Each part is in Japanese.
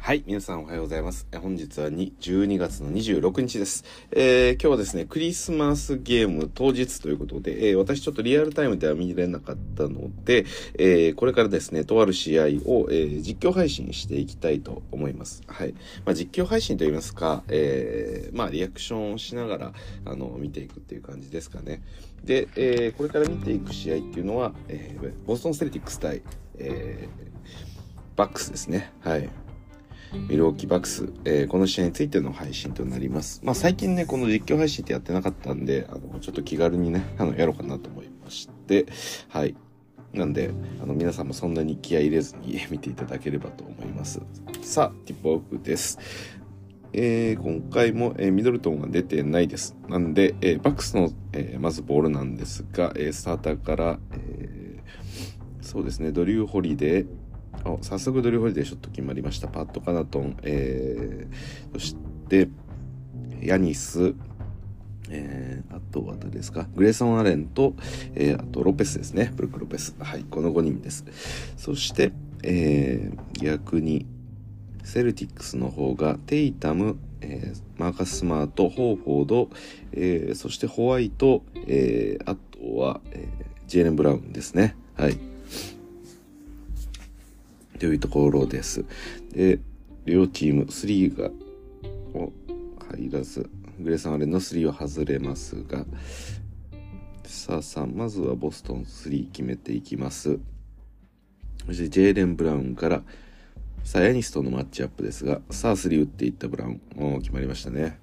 はい、皆さんおはようございます。本日は12月の26日です。今日はですね、クリスマスゲーム当日ということで、私ちょっとリアルタイムでは見れなかったので、これからですね、とある試合を、実況配信していきたいと思います。はい。実況配信といいますか、リアクションをしながら、見ていくっていう感じですかね。で、これから見ていく試合っていうのは、ボストンセルティックス対、バックスですね。はい。ミルウォーキーバックス、この試合についての配信となります。最近ね、この実況配信ってやってなかったんで、ちょっと気軽にね、やろうかなと思いまして、はい。なんで、皆さんもそんなに気合い入れずに見ていただければと思います。さあ、ティップオフです。今回も、ミドルトンは出てないです。なんで、バックスの、まずボールなんですが、スターターから、そうですね、ドリュー・ホリデー、早速ドリュー・ホリデーショット決まりました。パット・カナトン、そしてヤニス、あとは誰ですか、グレイソン・アレンと、あとロペスですね、ブルック・ロペス、はい、この5人です。そして、逆にセルティックスの方がテイタム、マーカス・スマート、ホーフォード、そしてホワイト、あとは、ジェーレン・ブラウンですね。はい。というところです。で、両チーム3が入らず、グレイソン・アレンの3は外れますが、さあまずはボストン3決めていきます。そしてジェーレン・ブラウンからさあヤニスとのマッチアップですが、さあ3打っていったブラウン、決まりましたね。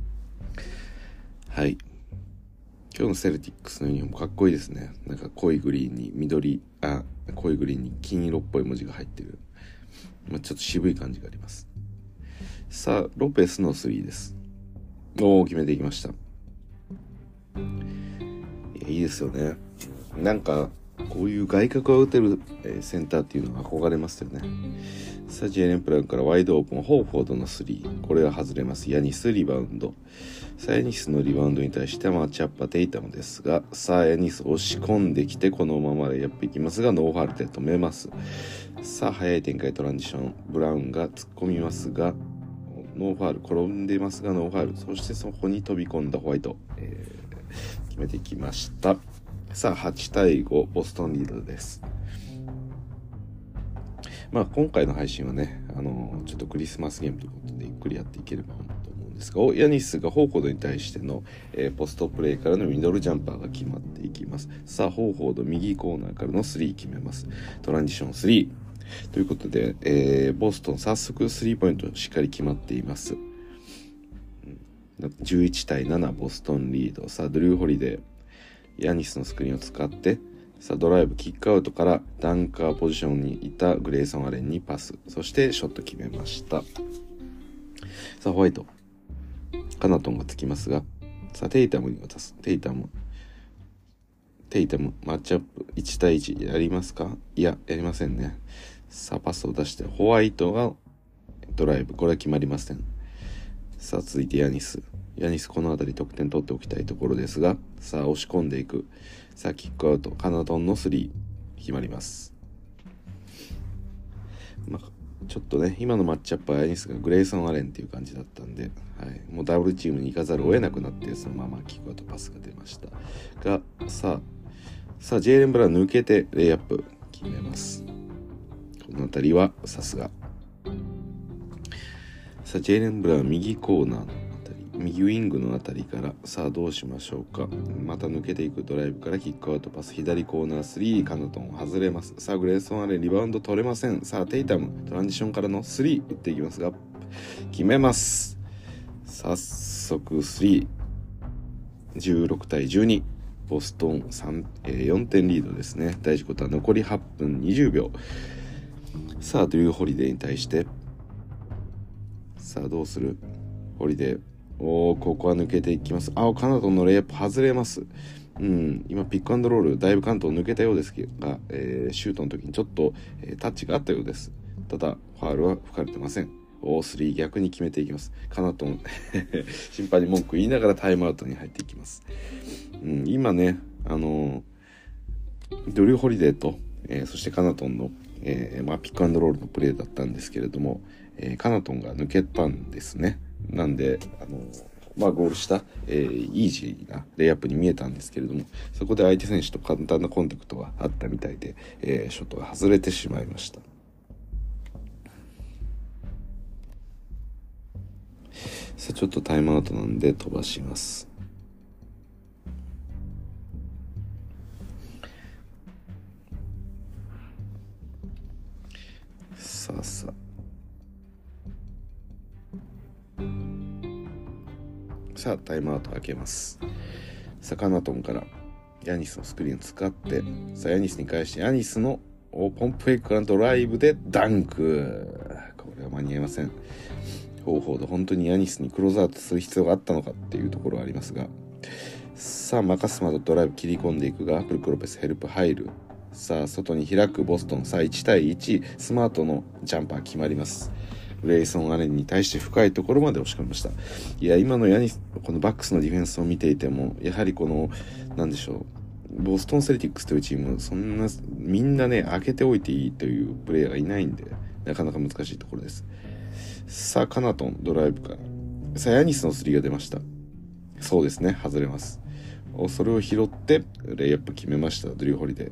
はい。今日のセルティックスのユニフォームかっこいいですね。なんか濃いグリーンに濃いグリーンに金色っぽい文字が入ってる。ちょっと渋い感じがあります。さあロペスの3です。決めていきました。いいですよね。なんかこういう外角を打てるセンターっていうのが憧れますよね。さあジェーレン・プラウンからワイドオープン、ホーフォードの3、これは外れます。ヤニスリバウンド。さあヤニスのリバウンドに対してマッチアップはテイタムですが、さあヤニス押し込んできてこのままでやっていきますが、ノーファウルで止めます。さあ早い展開トランジション、ブラウンが突っ込みますがノーファウル、転んでいますがノーファウル、そしてそこに飛び込んだホワイト、決めてきました。さあ8対5、ボストンリードです。今回の配信はね、ちょっとクリスマスゲームということでゆっくりやっていければと思うんですが、ヤニスがホーフォードに対しての、ポストプレーからのミドルジャンパーが決まっていきます。さあホーフォード右コーナーからの3決めます。トランジション3ということで、ボストン早速3ポイントしっかり決まっています。11対7、ボストンリード。さあドリュー・ホリデー、ヤニスのスクリーンを使ってさあドライブ、キックアウトからダンカーポジションにいたグレイソン・アレンにパス、そしてショット決めました。さあホワイト、カナトンがつきますが、さあテイタムに渡す。テイタムマッチアップ1対1やりますか？いや、やりませんね。さあパスを出してホワイトがドライブ、これは決まりません。さあ続いてヤニス、この辺り得点取っておきたいところですが、さあ押し込んでいく。さあキックアウト、カナトンの3決まります。ちょっとね、今のマッチアップはヤニスがグレイソン・アレンっていう感じだったんで、はい、もうダブルチームに行かざるを得なくなって、そのままキックアウトパスが出ましたが、さあジェーレン・ブラウン抜けてレイアップ決めます。この辺りはさすが。さあジェーレン・ブラウン右コーナーの右ウィングのあたりから、さあどうしましょうか。また抜けていくドライブからキックアウトパス、左コーナー3、カナトン外れます。さあグレイソン・アレンリバウンド取れません。さあテイタムトランジションからの3打っていきますが決めます。早速3、16対12、ボストン4点リードですね。第1クォーター残り8分20秒。さあドリュー・ホリデーに対して、さあどうする。ホリデー、ここは抜けていきます。カナトンのレイアップ外れます。今ピックアンドロールだいぶ関東抜けたようですが、シュートの時にちょっと、タッチがあったようです。ただファウルは吹かれてません。3逆に決めていきます。カナトン審判に文句言いながらタイムアウトに入っていきます。今ね、ドリュー・ホリデーと、そしてカナトンのピックアンドロールのプレーだったんですけれども、カナトンが抜けたんですね。なんでゴールした、イージーなレイアップに見えたんですけれども、そこで相手選手と簡単なコンタクトがあったみたいで、ショットが外れてしまいました。さあちょっとタイムアウトなんで飛ばします。さあタイムアウト開けます。さあカナトンからヤニスのスクリーンを使って、さあヤニスに返してヤニスのポンプフェイクからドライブでダンク。これは間に合いません。方法で本当にヤニスにクローズアウトする必要があったのかっていうところはありますが、さあマカスマとドライブ切り込んでいくが、ブルクロペスヘルプ入る。さあ外に開くボストン。さあ1対1、スマートのジャンパー決まります。グレイソン・アレンに対して深いところまで押し込みました。いや、今のこのバックスのディフェンスを見ていても、やはりなんでしょう、ボストン・セルティックスというチーム、そんなみんなね開けておいていいというプレイヤーがいないんで、なかなか難しいところです。さあカナトンドライブから、さあヤニスのスリーが出ました。そうですね、外れます。それを拾ってレイアップ決めました、ドリュー・ホリデ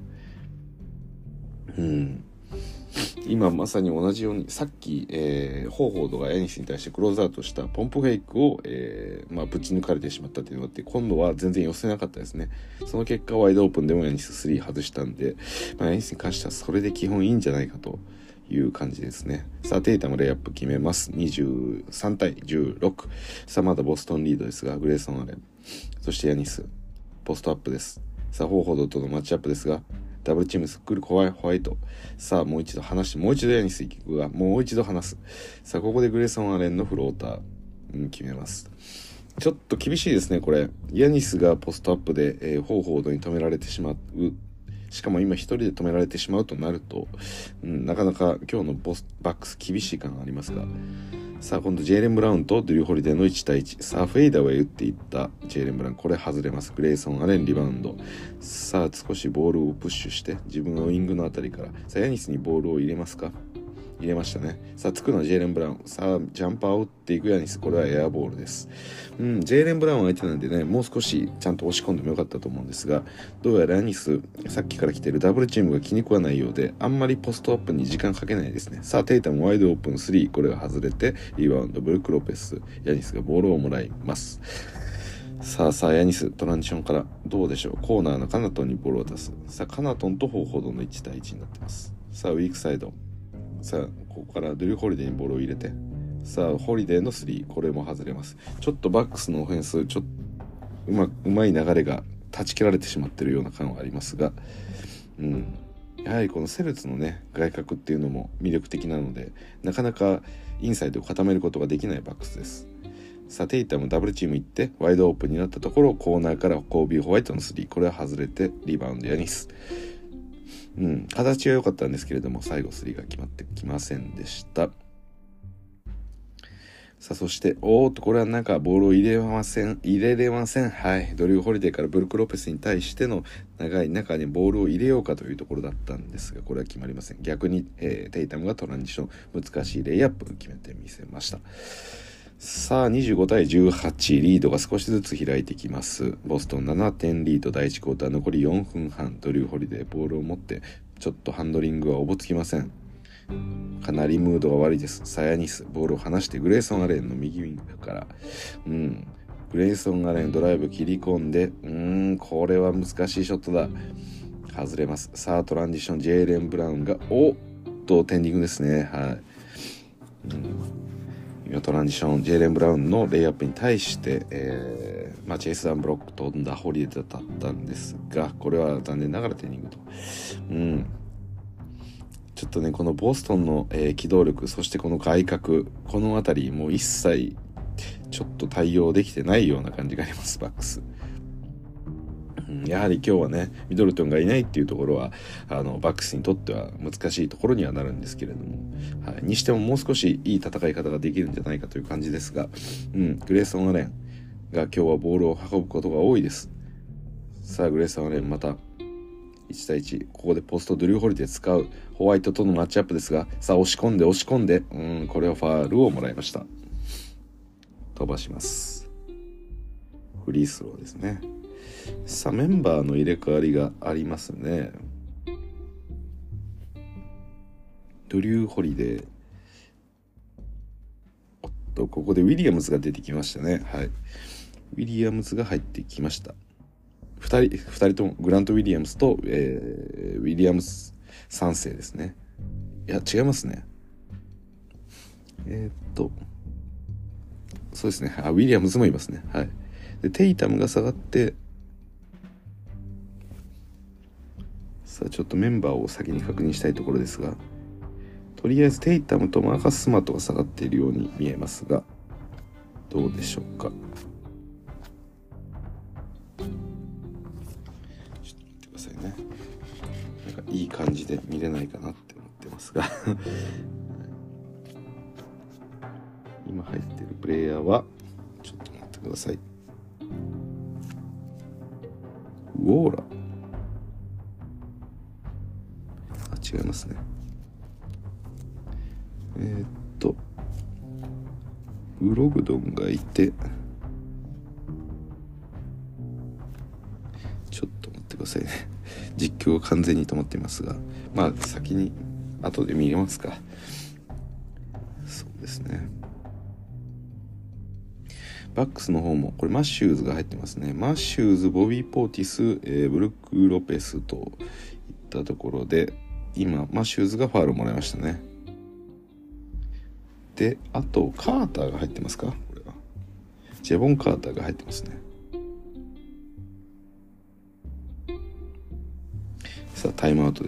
ー。今まさに同じように、さっき、ホーフォードがヤニスに対してクローズアウトしたポンプフェイクを、ぶち抜かれてしまったというのがあって、今度は全然寄せなかったですね。その結果ワイドオープンでもヤニス3外したんで、ヤニスに関してはそれで基本いいんじゃないかという感じですね。さあテイタもレイアップ決めます。23対16。さあまだボストンリードですが、グレイソン・アレン、そしてヤニスポストアップです。さあホーフォードとのマッチアップですが、ダブルチームすっくりホワイト。さあもう一度離して、もう一度ヤニス行くが、もう一度離す。さあここでグレイソン・アレンのフローター、決めます。ちょっと厳しいですねこれ。ヤニスがポストアップで、ホーフォードに止められてしまう。しかも今一人で止められてしまうとなると、なかなか今日のバックス厳しい感がありますが、さあ今度ジェイレン・ブラウンとドゥリュー・ホリデーの1対1。さあフェイダーウェイ打っていったジェイレン・ブラウン、これ外れます。グレイソン・アレンリバウンド。さあ少しボールをプッシュして自分のウイングのあたりから、さあヤニスにボールを入れますか。入れましたね。さあつくのはジェイレン・ブラウン。さあジャンパーを打っていくヤニス、これはエアボールです。ジェイレン・ブラウン相手なんでね、もう少しちゃんと押し込んでもよかったと思うんですが、どうやらヤニスさっきから来てるダブルチームが気に食わないようで、あんまりポストアップに時間かけないですね。さあテイタもワイドオープン3、これが外れてリバウンド、ブルック・ロペス、ヤニスがボールをもらいます。さあヤニストランジションからどうでしょう。コーナーのカナトンにボールを出す。さあカナトンとホーフォードの1対1になってます。さあウィークサイド、さあここからドゥリュー・ホリデーにボールを入れて、さあホリデーの3、これも外れます。ちょっとバックスのオフェンスちょっとうまい流れが断ち切られてしまっているような感はありますが、やはりこのセルツのね外角っていうのも魅力的なので、なかなかインサイドを固めることができないバックスです。さあテイタもダブルチーム行ってワイドオープンになったところ、コーナーからコービー・ホワイトの3、これは外れてリバウンドヤニス。形は良かったんですけれども、最後3が決まってきませんでした。さあそしてこれはなんかボールを入れれません。はい、ドリュー・ホリデーからブルック・ロペスに対しての長い中にボールを入れようかというところだったんですが、これは決まりません。逆に、テイタムがトランジション難しいレイアップ決めてみせました。さあ25対18、リードが少しずつ開いてきます。ボストン7点リード、第1クォーター残り4分半。ドリュー・ホリデーボールを持ってちょっとハンドリングはおぼつきません。かなりムードが悪いです。サヤニスボールを離してグレイソン・アレンの右ウィングから、グレイソン・アレンドライブ切り込んで、これは難しいショットだ。外れます。さあトランジション、ジェイレン・ブラウンがテンディングですね。今トランジション、ジェイレン・ブラウンのレイアップに対して、チェイス・ダンブロック飛んだホリデーだったんですが、これは残念ながらテンディングと。ちょっとねこのボストンの、機動力、そしてこの外角、この辺りもう一切ちょっと対応できてないような感じがあります、バックス。やはり今日はねミドルトンがいないっていうところはバックスにとっては難しいところにはなるんですけれども、にしてももう少しいい戦い方ができるんじゃないかという感じですが、グレイソン・アレンが今日はボールを運ぶことが多いです。さあグレイソン・アレンまた 1対1、ここでポストドリューホリデー使うホワイトとのマッチアップですが、さあ押し込んで、これはファールをもらいました。飛ばします。フリースローですね。さあメンバーの入れ替わりがありますね。ドリューホリデー、ここでウィリアムズが出てきましたね。はい、ウィリアムズが入ってきました。2人ともグラント・ウィリアムズと、ウィリアムズ3世ですね。いや違いますね。そうですね。ウィリアムズもいますね。はい。でテイタムが下がって、さあちょっとメンバーを先に確認したいところですが、とりあえずテイタムとマーカス・スマートが下がっているように見えますが、どうでしょうか。ちょっと待ってくださいね。なんかいい感じで見れないかなって思ってますが今入ってるプレイヤーはちょっと待ってください。ウォーラー、違いますね。ブログドンがいて、ちょっと待ってくださいね。実況が完全に止まっていますが、まあ先に後で見れますか。そうですね。バックスの方もこれマッシューズが入ってますね。マッシューズ、ボビー・ポーティス、ブルック・ロペスといったところで、今マッシューズがファウルをもらいましたね。であとカーターが入ってますか。これはジェボン・カーターが入ってますね。さあタイムアウトです。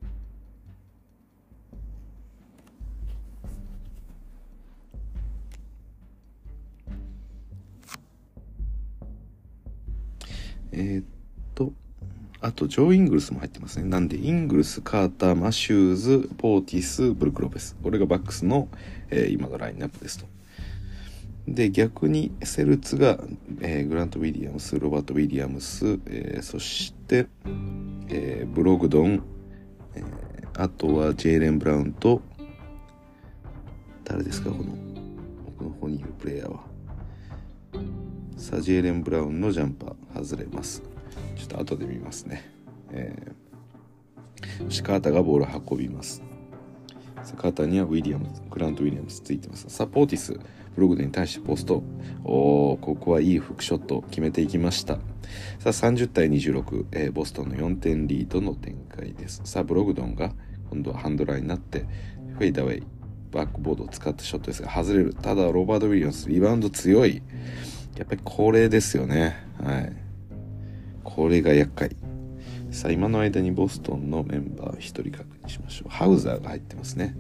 あとジョー・イングルスも入ってますね。なんでイングルス、カーター、マシューズ、ポーティス、ブルック・ロペス、これがバックスの、今のラインナップですと。で逆にセルツが、グラント・ウィリアムス、ロバート・ウィリアムス、そして、ブログドン、あとはジェイレン・ブラウンと誰ですか、この奥の方にいるプレイヤーは。さあジェイレン・ブラウンのジャンパー外れます。ちょっと後で見ますね。そしてカーターがボールを運びます。さあカーターにはグラント・ウィリアムスついてます。さあポーティス、ブログドに対してポスト、ここはいいフックショットを決めていきました。さあ30対26、ボストンの4点リードの展開です。さあブログドンが今度はハンドラーになってフェイダーウェイバックボードを使ったショットですが外れる。ただロバート・ウィリアムスリバウンド強い。やっぱりこれですよね。はい、これが厄介。さあ今の間にボストンのメンバー1人確認しましょう。ハウザーが入ってますね。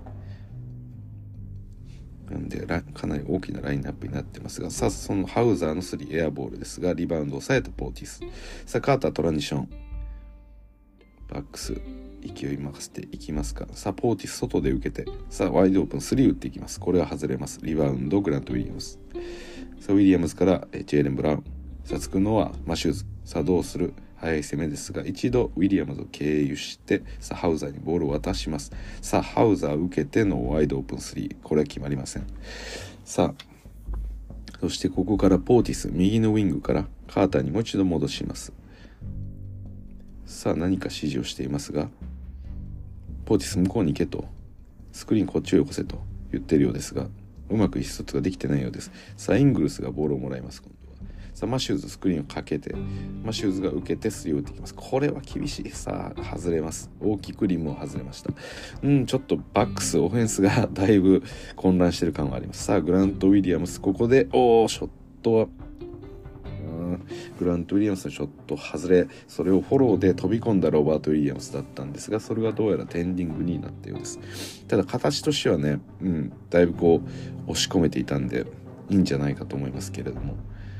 なんでかなり大きなラインナップになってますが、さあそのハウザーの3エアボールですが、リバウンドを抑えたポーティス。さあカータートランジション、バックス勢い任せていきますか。さあポーティス外で受けて、さあワイドオープン3打っていきます。これは外れます。リバウンドグラント・ウィリアムス。さあウィリアムズからジェイレン・ブラウン。さあつくのはマシューズ。さあどうする。早い攻めですが一度ウィリアムズを経由して、さあハウザーにボールを渡します。さあハウザー受けてのワイドオープン3、これは決まりません。さあそしてここからポーティス右のウィングからカーターにもう一度戻します。さあ何か指示をしていますが、ポーティス向こうに行けと、スクリーンこっちをよこせと言っているようですが、うまく意思疎通ができてないようです。さあイングルスがボールをもらいます。今度はさあマシューズスクリーンをかけて、マシューズが受けてスリーを打ってきます。これは厳しい。さあ外れます。大きくリムを外れました。ちょっとバックスオフェンスがだいぶ混乱してる感はあります。さあグラント・ウィリアムスここでショットはグラント・ウィリアムスのショット外れ、それをフォローで飛び込んだロバート・ウィリアムスだったんですが、それがどうやらテンディングになったようです。ただ形としてはね、だいぶこう押し込めていたんでいいんじゃないかと思いますけれども、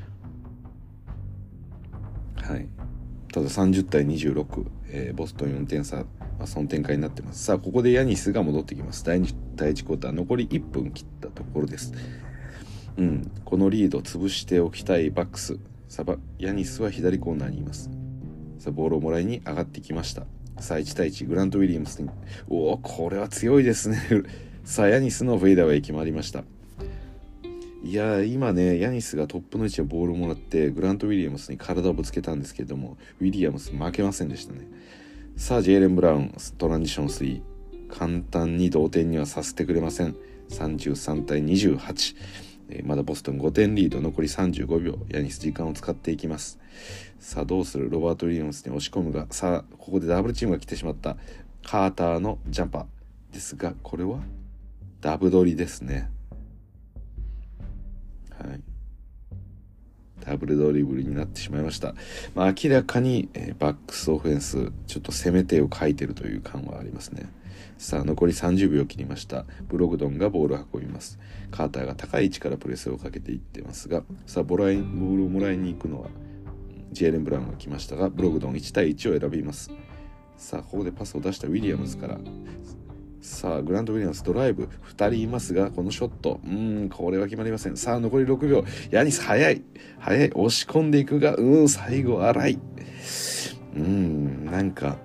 はい、ただ30対26、ボストン4点差、その展開になってます。さあここでヤニスが戻ってきます。第1クォーター残り1分切ったところです。このリードを潰しておきたいバックス。ヤニスは左コーナーにいます。 さあボールをもらいに上がってきました。さあ1対1グラント・ウィリアムスに、これは強いですねさあヤニスのフェイダーウェイ決まりました。いや今ねヤニスがトップの位置でボールをもらってグラント・ウィリアムスに体をぶつけたんですけれども、ウィリアムス負けませんでしたね。さあジェイレン・ブラウントランジション3、簡単に同点にはさせてくれません。33対28、まだボストン5点リード、残り35秒、ヤニス時間を使っていきます。さあどうする、ロバート・ウィリアムスに押し込むが、さあここでダブルチームが来てしまった。カーターのジャンパーですが、これはダブ取りですね。はい、ダブルドリブルになってしまいました。明らかに、バックスオフェンスちょっと攻め手を欠いてるという感はありますね。さあ残り30秒切りました。ブログドンがボールを運びます。カーターが高い位置からプレスをかけていってますが、さあボールをもらいに行くのはジェイレン・ブラウンが来ましたが、ブログドン1対1を選びます。さあここでパスを出したウィリアムズから、さあグラント・ウィリアムスドライブ2人いますが、このショットこれは決まりません。さあ残り6秒、ヤニス早い押し込んでいくが最後荒い。なんか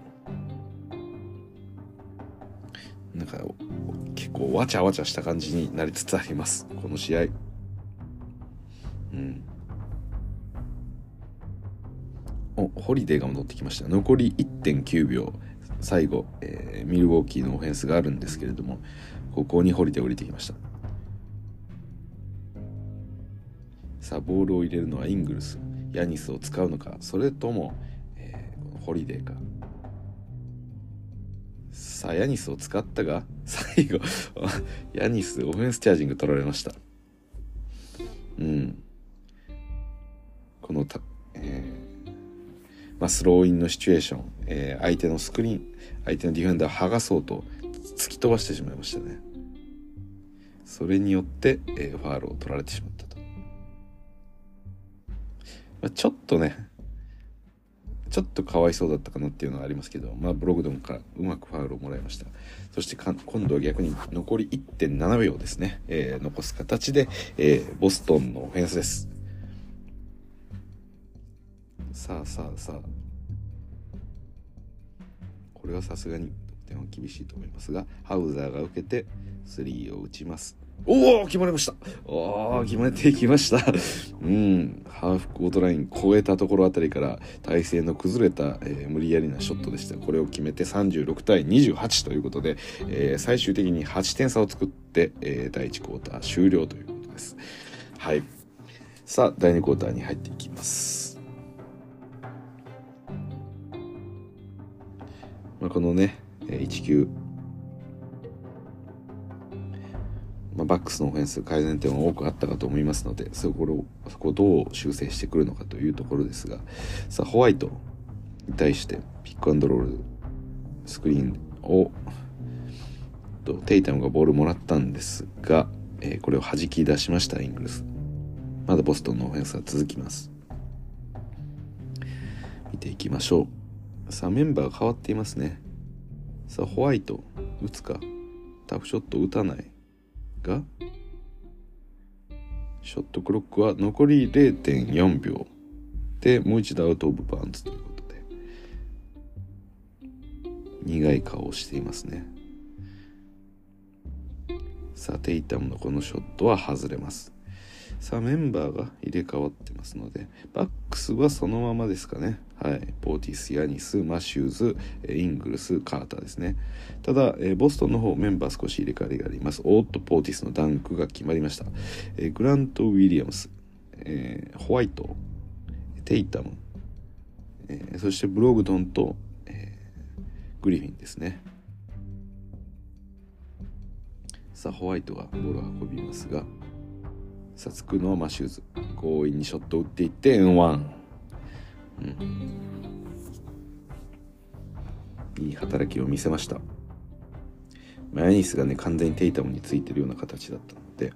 結構わちゃわちゃした感じになりつつありますこの試合。ホリデーが戻ってきました。残り 1.9 秒、最後、ミルウォーキーのオフェンスがあるんですけれども、ここにホリデー降りてきました。さあボールを入れるのはイングルス、ヤニスを使うのか、それとも、ホリデーか。さあヤニスを使ったが、最後ヤニスオフェンスチャージング取られました。このスローインのシチュエーション、相手のスクリーン、相手のディフェンダーを剥がそうと突き飛ばしてしまいましたね。それによって、ファウルを取られてしまったと。ちょっとかわいそうだったかなっていうのはありますけど、ブログドンからうまくファウルをもらいました。そして今度は逆に残り 1.7 秒ですね、残す形で、ボストンのオフェンスです。さあこれはさすがに得点は厳しいと思いますが、ハウザーが受けてスリーを打ちます。決まりました。決めていきましたハーフコートライン超えたところあたりから体勢の崩れた、無理やりなショットでした。これを決めて36対28ということで、最終的に8点差を作って、第1クォーター終了ということです。はい。さあ第2クォーターに入っていきます。このね19バックスのオフェンス改善点は多くあったかと思いますので、そこをどう修正してくるのかというところですが、さあホワイトに対してピックアンドロールスクリーンをテイタムがボールもらったんですが、これを弾き出しましたイングルス。まだボストンのオフェンスは続きます。見ていきましょう。さあメンバーが変わっていますね。さあホワイト打つか、タフショット打たないが、ショットクロックは残り 0.4 秒でもう一度アウトオブバウンズということで、苦い顔をしていますね。さあテイタムのこのショットは外れます。さあメンバーが入れ替わってますので、バックスはそのままですかね。はい、ポーティス、ヤニス、マシューズ、イングルス、カーターですね。ただ、ボストンの方メンバー少し入れ替わりがあります。ポーティスのダンクが決まりました。グラント・ウィリアムス、ホワイト、テイタム、そしてブログドンと、グリフィンですね。さあホワイトがボールを運びますが、さあつくのはマシューズ、強引にショットを打っていってN1、いい働きを見せました。ヤニスがね完全にテイタムについてるような形だったので、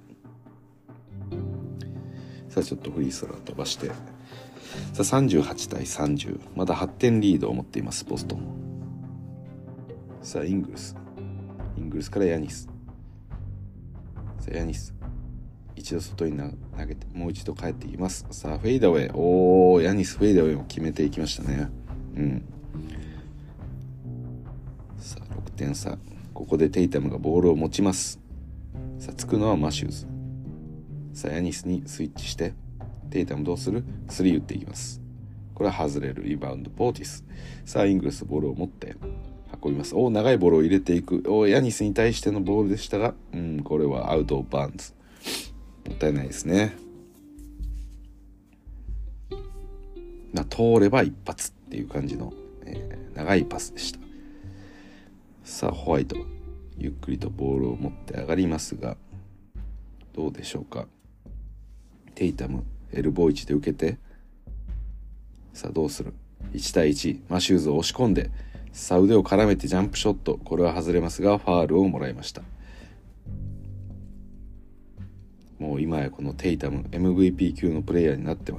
さあちょっとフリースロー飛ばして、さあ38対30、まだ8点リードを持っていますボストン。さあイングルスからヤニス、さあヤニス一度外に投げてもう一度帰っていきます。さあフェイダウェイ、ヤニスフェイダウェイを決めていきましたね。 さあ6点差。ここでテイタムがボールを持ちます。さあつくのはマシューズ。さあヤニスにスイッチして、テイタムどうする？ 3 打っていきます。これは外れる。リバウンドポーティス。さあイングルスボールを持って運びます。長いボールを入れていく。ヤニスに対してのボールでしたが、これはアウトオブバウンズ。もったいないですね。通れば一発っていう感じの、長いパスでした。さあホワイト、ゆっくりとボールを持って上がりますが、どうでしょうか。テイタムエルボー1で受けて、さあどうする。1対1、マシューズを押し込んで、さあ腕を絡めてジャンプショット。これは外れますがファールをもらいました。もう今やこのテイタム MVP 級のプレイヤーになってます。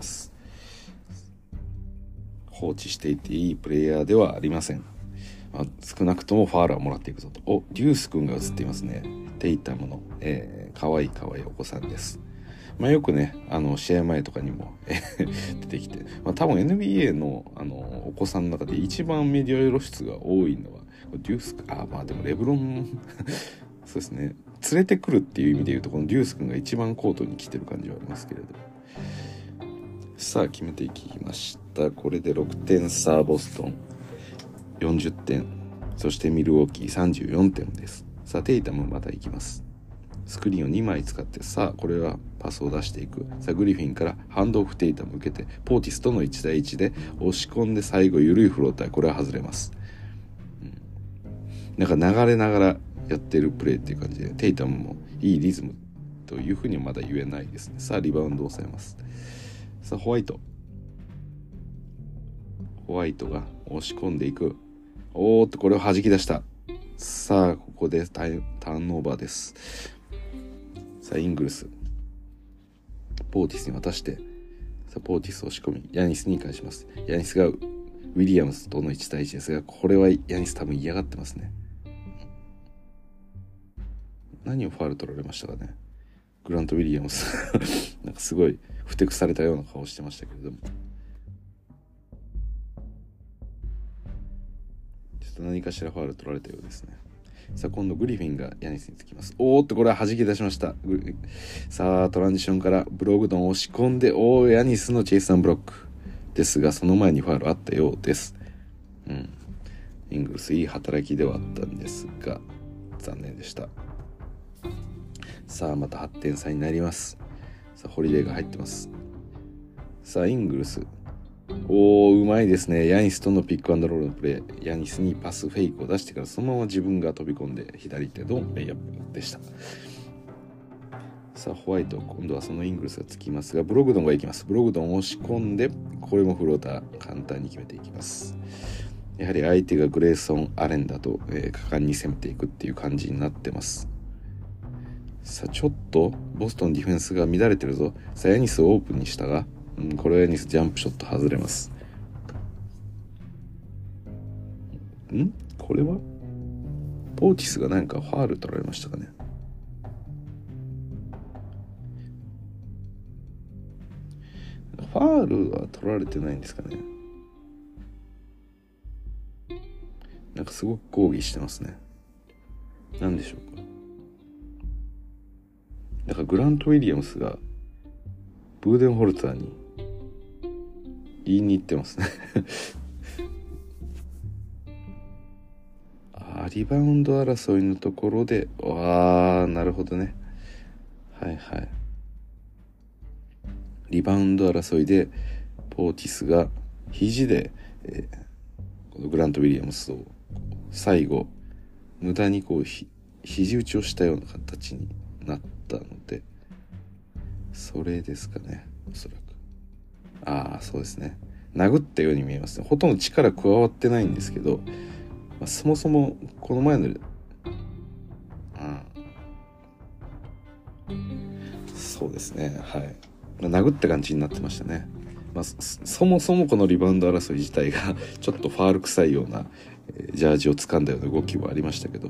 放置していていいプレイヤーではありません。少なくともファールはもらっていくぞと。デュース君が映っていますね。テイタムの、かわいいお子さんです。よくね試合前とかにも出てきて、多分 NBA のお子さんの中で一番メディア露出が多いのはデュース君。でもレブロンそうですね、連れてくるっていう意味で言うとこのデュース君が一番コートに来てる感じはありますけれど。さあ決めていきました。これで6点差。ボストン40点、そしてミルウォーキー34点です。さあテイタムまた行きます。スクリーンを2枚使って、さあこれはパスを出していく。さあグリフィンからハンドオフ。テイタム受けてポーティスとの1対1で押し込んで、最後緩いフローター。これは外れます。なんか流れながらやってるプレーっていう感じで、テイタムもいいリズムというふうにはまだ言えないですね。さあリバウンドを抑えます。さあホワイトが押し込んでいく。これを弾き出した。さあここでターンオーバーです。さあイングルスポーティスに渡して、さあポーティス押し込みヤニスに返します。ヤニスがウィリアムスとの1対1ですが、これはヤニス多分嫌がってますね。何をファウル取られましたかね。グラント・ウィリアムスなんかすごいふてくされたような顔してましたけれども、ちょっと何かしらファウル取られたようですね。さあ今度グリフィンがヤニスにつきます。これは弾き出しました。さあトランジションからブログドン押し込んで、ヤニスのチェイスアンブロックですが、その前にファウルあったようです。イングルスいい働きではあったんですが残念でした。さあまた8点差になります。さあホリデーが入ってます。さあイングルスうまいですね。ヤニスとのピックアンドロールのプレー。ヤニスにパスフェイクを出してからそのまま自分が飛び込んで左手のレイアップでした。さあホワイト、今度はそのイングルスがつきますが、ブログドンがいきます。ブログドンを押し込んで、これもフローター簡単に決めていきます。やはり相手がグレイソン・アレンだと、果敢に攻めていくっていう感じになってます。さあちょっとボストンディフェンスが乱れてるぞ。さあヤニスをオープンにしたが、これはヤニスジャンプショット外れます。これはポーティスが何かファール取られましたかね。ファールは取られてないんですかね。なんかすごく抗議してますね。なんでしょうか。なんかグラント・ウィリアムスがブーデンホルツァーに言いに行ってますねリバウンド争いのところで、なるほどね。はいはい。リバウンド争いでポーティスが肘で、このグラント・ウィリアムスを最後無駄に肘打ちをしたような形になったので、それですかね、おそらく。そうですね。殴ったように見えますね。ほとんど力加わってないんですけど、そもそもこの前のそうですね、はい。殴った感じになってましたね。そもそもこのリバウンド争い自体がちょっとファール臭いような、ジャージを掴んだような動きはありましたけど、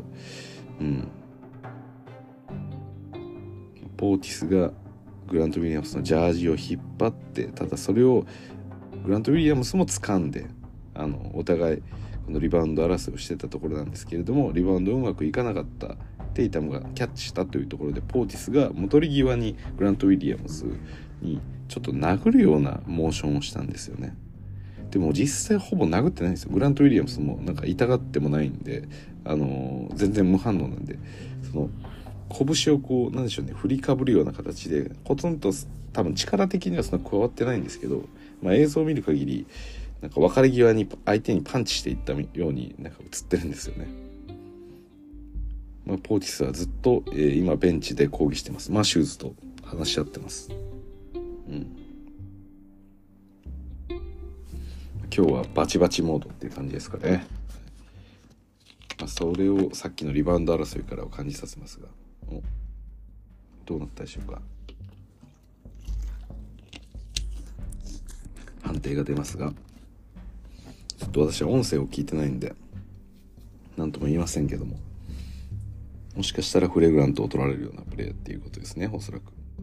ポーティスがグラント・ウィリアムスのジャージを引っ張って、ただそれをグラント・ウィリアムスも掴んで、 お互いこのリバウンド争いをしてたところなんですけれども、リバウンドうまくいかなかったテイタムがキャッチしたというところで、ポーティスが戻り際にグラント・ウィリアムズにちょっと殴るようなモーションをしたんですよね。でも実際ほぼ殴ってないんですよ。グラント・ウィリアムズもなんか痛がってもないんで、全然無反応なんで、その拳をこうなんでしょうね、振りかぶるような形でコツンと、多分力的にはそんな加わってないんですけど、映像を見る限りなんか別れ際に相手にパンチしていったようになんか映ってるんですよね。ポーティスはずっと、今ベンチで抗議してます。シューズと話し合ってます。今日はバチバチモードっていう感じですかね。それをさっきのリバウンド争いから感じさせますが、どうなったでしょうか。判定が出ますが、ちょっと私は音声を聞いてないんで何とも言いませんけども、もしかしたらフレグラントを取られるようなプレーっていうことですね、おそらく。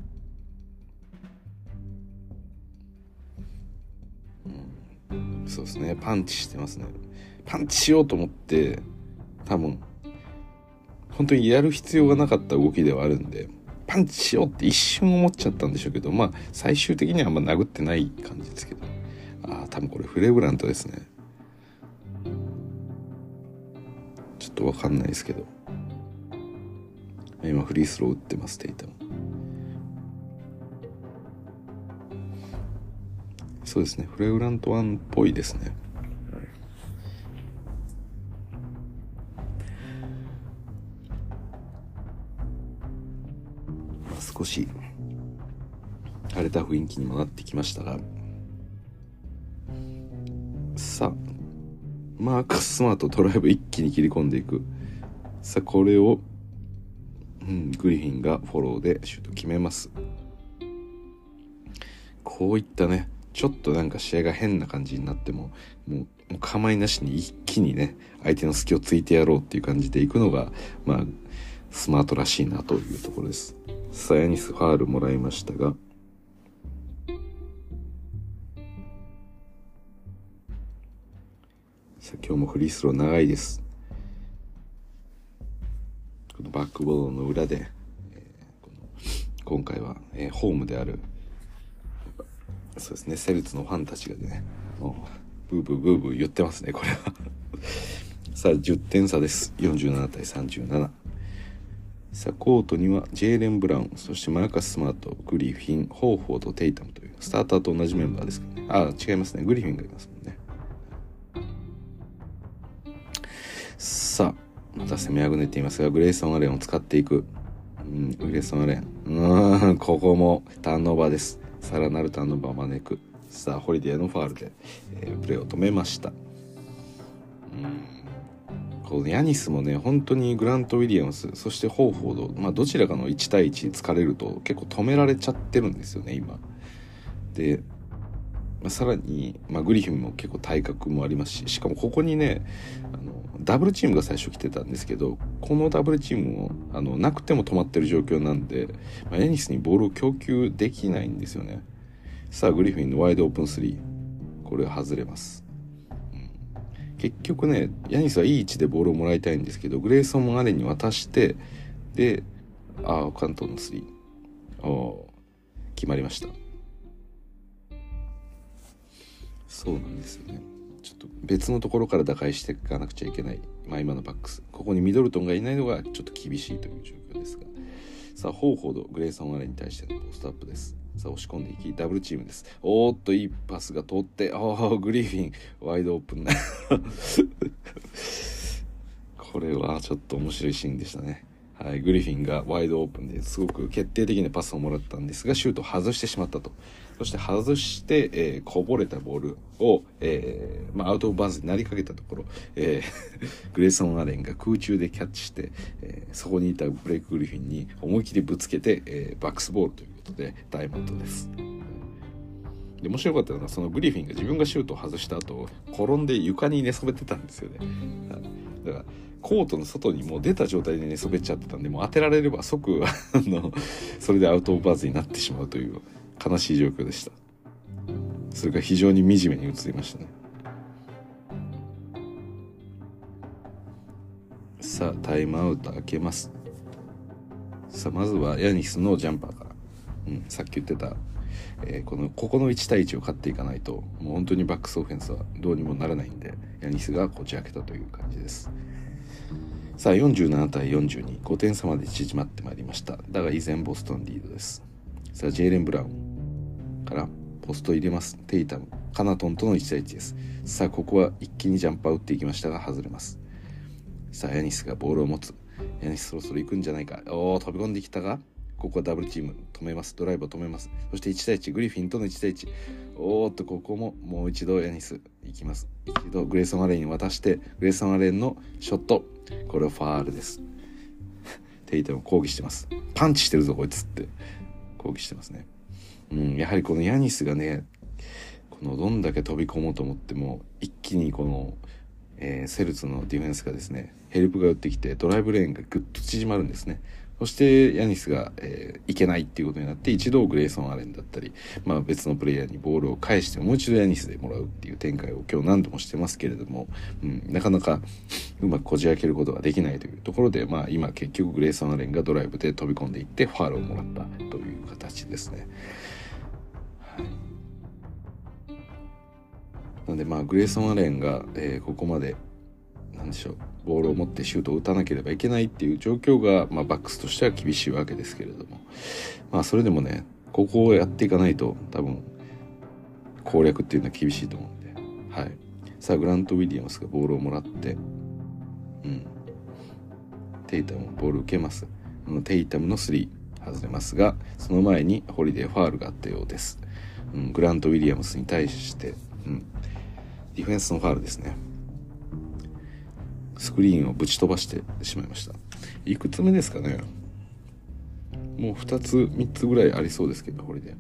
そうですね、パンチしてますね。パンチしようと思って多分本当にやる必要がなかった動きではあるんで、パンチしようって一瞬思っちゃったんでしょうけど、最終的にはあんま殴ってない感じですけど、多分これフレグラントですね。ちょっと分かんないですけど、今フリースロー打ってます。テイタム。そうですね、フレグラントワンっぽいですね。少し荒れた雰囲気にもなってきましたが、さあマーカス・スマートドライブ一気に切り込んでいく。さあこれを、グリフィンがフォローでシュート決めます。こういったね、ちょっとなんか試合が変な感じになってももう構いなしに一気にね、相手の隙をついてやろうっていう感じでいくのがスマートらしいなというところです。さあヤニスファールもらいましたが、今日もフリースロー長いです。このバックボードの裏で、今回は、ホームであるそうですね、セルツのファンたちがね、ブーブーブーブー言ってますね、これはさあ10点差です。47対37。さあコートにはジェイレン・ブラウン、そしてマーカス・スマート、グリフィン、ホーフォード、テイタムというスターターと同じメンバーですけどね。違いますね、グリフィンがいますもんね。さあまた攻めあぐねていますが、グレイソン・アレンを使っていく。グレイソン・アレン、ここもターンオーバーです。さらなるターンオーバーを招く。さあホリデーのファールで、プレーを止めました。このヤニスもね、本当にグラント・ウィリアムス、そしてホーフォード、どちらかの1対1疲れると結構止められちゃってるんですよね今で。さらに、グリフィンも結構体格もありますし、しかもここにね、ダブルチームが最初来てたんですけど、このダブルチームもなくても止まってる状況なんで、ヤニスにボールを供給できないんですよね。さあグリフィンのワイドオープン3、これは外れます。結局ね、ヤニスはいい位置でボールをもらいたいんですけど、グレイソンもアレンに渡して、で関東の3決まりました。そうなんですよね。ちょっと別のところから打開していかなくちゃいけない、今のバックス、ここにミドルトンがいないのがちょっと厳しいという状況ですが、さあホーフォード、グレイソン・アレンに対してのポストアップです。さあ押し込んでいき、ダブルチームです。いいパスが通って、グリフィンワイドオープンこれはちょっと面白いシーンでしたね。グリフィンがワイドオープンですごく決定的なパスをもらったんですが、シュートを外してしまったと。そして外して、こぼれたボールを、アウトオブバウンズになりかけたところ、グレイソン・アレンが空中でキャッチして、そこにいたブレイク・グリフィンに思い切りぶつけて、バックスボールということでタイムアウトです。で面白かったのが、そのグリフィンが自分がシュートを外した後転んで床に寝そべってたんですよね。だからコートの外にもう出た状態で寝そべっちゃってたんで、もう当てられれば即それでアウトオブバーズになってしまうという悲しい状況でした。それが非常に惨めに映りましたね。 さあタイムアウト開けます。さあまずはヤニスのジャンパーから、さっき言ってた、ここの1対1を勝っていかないともう本当にバックスオフェンスはどうにもならないんで、ヤニスがこじ開けたという感じです。さあ47対42、5点差まで縮まってまいりました。だが依然ボストンリードです。さあジェイレン・ブラウンからポスト入れます。テイタム、カナトンとの1対1です。さあここは一気にジャンパー打っていきましたが外れます。さあヤニスがボールを持つ。ヤニスそろそろ行くんじゃないか。飛び込んできたが、ここはダブルチーム止めます。ドライブを止めます。そして1対1、グリフィンとの1対1。ここももう一度ヤニス行きます。一度グレイソン・アレンに渡して、グレイソン・アレンのショット、これはファールです。テイタム抗議してます。パンチしてるぞこいつって抗議してますね。やはりこのヤニスがね、このどんだけ飛び込もうと思っても一気にこの、セルツのディフェンスがですね、ヘルプが打ってきてドライブレーンがぐっと縮まるんですね。そしてヤニスが、いけないっていうことになって、一度グレイソン・アレンだったり、別のプレイヤーにボールを返してもう一度ヤニスでもらうっていう展開を今日何度もしてますけれども、なかなかうまくこじ開けることができないというところで、今結局グレイソン・アレンがドライブで飛び込んでいってファウルをもらったという形ですね。なのでグレイソン・アレンが、ここまでボールを持ってシュートを打たなければいけないっていう状況が、バックスとしては厳しいわけですけれども、それでもね、ここをやっていかないと多分攻略っていうのは厳しいと思うんで、さあグラント・ウィリアムスがボールをもらって、テイタムボール受けます。テイタムの3外れますが、その前にホリデーファウルがあったようです。グラント・ウィリアムスに対して、ディフェンスのファウルですね。スクリーンをぶち飛ばしてしまいました。いくつ目ですかね。もう2つ3つぐらいありそうですけど、ホリデー。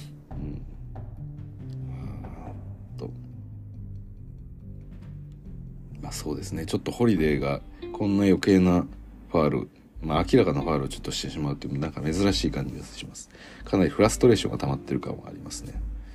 そうですね、ちょっとホリデーがこんな余計なファウル、明らかなファウルをちょっとしてしまうという、なんか珍しい感じがします。かなりフラストレーションが溜まってる感はありますね。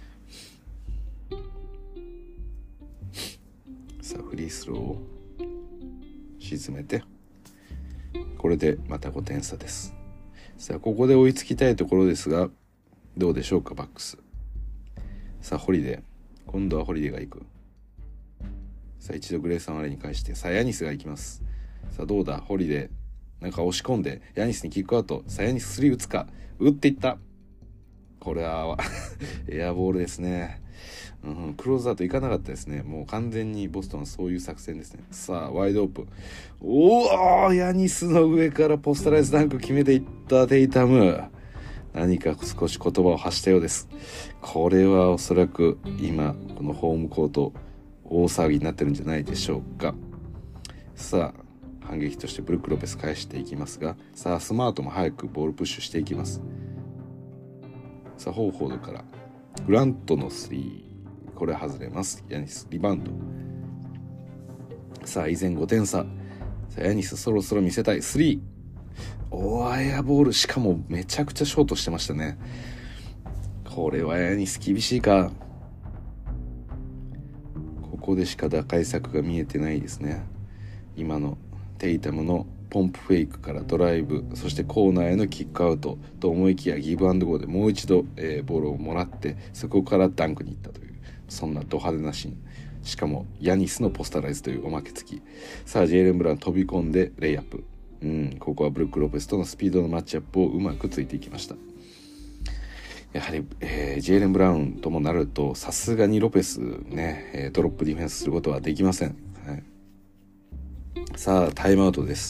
さあフリースローを沈めて、これでまた5点差です。さあここで追いつきたいところですが、どうでしょうかバックス。さあホリデー、今度はホリデーが行く。さあ一度グレイソン・アレンに返して、さあヤニスが行きます。さあどうだ、ホリデーなんか押し込んでヤニスにキックアウト。さあヤニス3打つか、打っていった。これはエアボールですね。クローズアウトいかなかったですね。もう完全にボストンはそういう作戦ですね。さあワイドオープン、ヤニスの上からポスタライズダンク決めていったテイタム。何か少し言葉を発したようです。これはおそらく今このホームコート大騒ぎになってるんじゃないでしょうか。さあ反撃としてブルック・ロペス返していきますが、さあスマートも早くボールプッシュしていきます。さあホーフォードからグラントの3、これ外れます。ヤニスリバウンド。さあ依然5点差。さあヤニスそろそろ見せたい3。エアボール、しかもめちゃくちゃショートしてましたね。これはヤニス厳しいか。ここでしか打開策が見えてないですね。今のテイタムのポンプフェイクからドライブ、そしてコーナーへのキックアウトと思いきやギブアンドゴーでもう一度、ボールをもらって、そこからダンクに行ったという、そんなド派手なシーン。しかもヤニスのポスタライズというおまけ付き。さあジェイレン・ブラウン飛び込んでレイアップ。ここはブルック・ロペスとのスピードのマッチアップをうまくついていきました。やはり、ジェイレン・ブラウンともなるとさすがにロペスね、ドロップディフェンスすることはできません。さあタイムアウトです。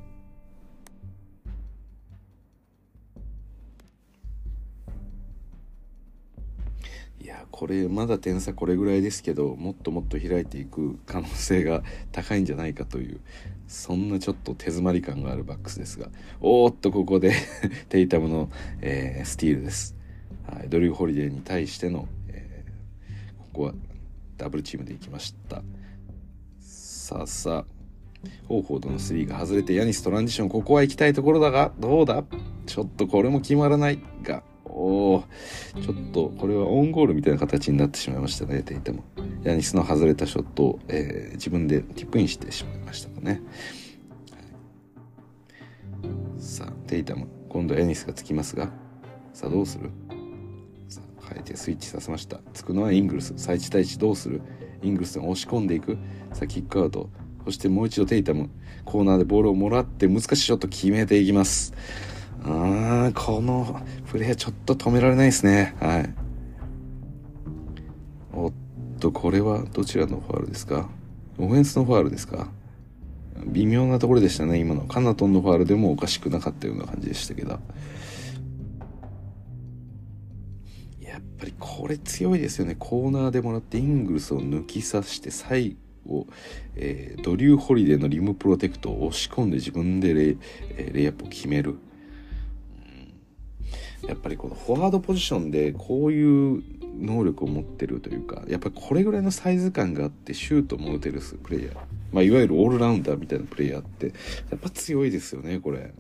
いやこれまだ点差これぐらいですけど、もっともっと開いていく可能性が高いんじゃないかという、そんなちょっと手詰まり感があるバックスですが、ここでテイタムの、スティールです。ドリュー・ホリデーに対しての、ここはダブルチームでいきました。さあホーフォードの3が外れて、ヤニストランジション、ここは行きたいところだがどうだ、ちょっとこれも決まらないが、ちょっとこれはオウンゴールみたいな形になってしまいましたね。テイタムヤニスの外れたショットを、自分でティップインしてしまいましたかね。 さあテイタム、今度はエニスがつきますが、さあどうする。さあ変えてスイッチさせました。つくのはイングルス。さあ1対1どうする。イングルスが押し込んでいく。さあキックアウト、そしてもう一度テイタム、コーナーでボールをもらって難しいショット決めていきます。このプレーちょっと止められないですね。はい。おっと、これはどちらのファウルですか。オフェンスのファウルですか。微妙なところでしたね。今のカナトンのファウルでもおかしくなかったような感じでしたけど、やっぱりこれ強いですよね。コーナーでもらってイングルスを抜き差して最後、ドリュー・ホリデーのリムプロテクトを押し込んで自分でレイアップを決める。やっぱりこのフォワードポジションでこういう能力を持ってるというか、やっぱりこれぐらいのサイズ感があってシュートも打てるプレイヤー、まあ、いわゆるオールラウンダーみたいなプレイヤーってやっぱ強いですよね、これ。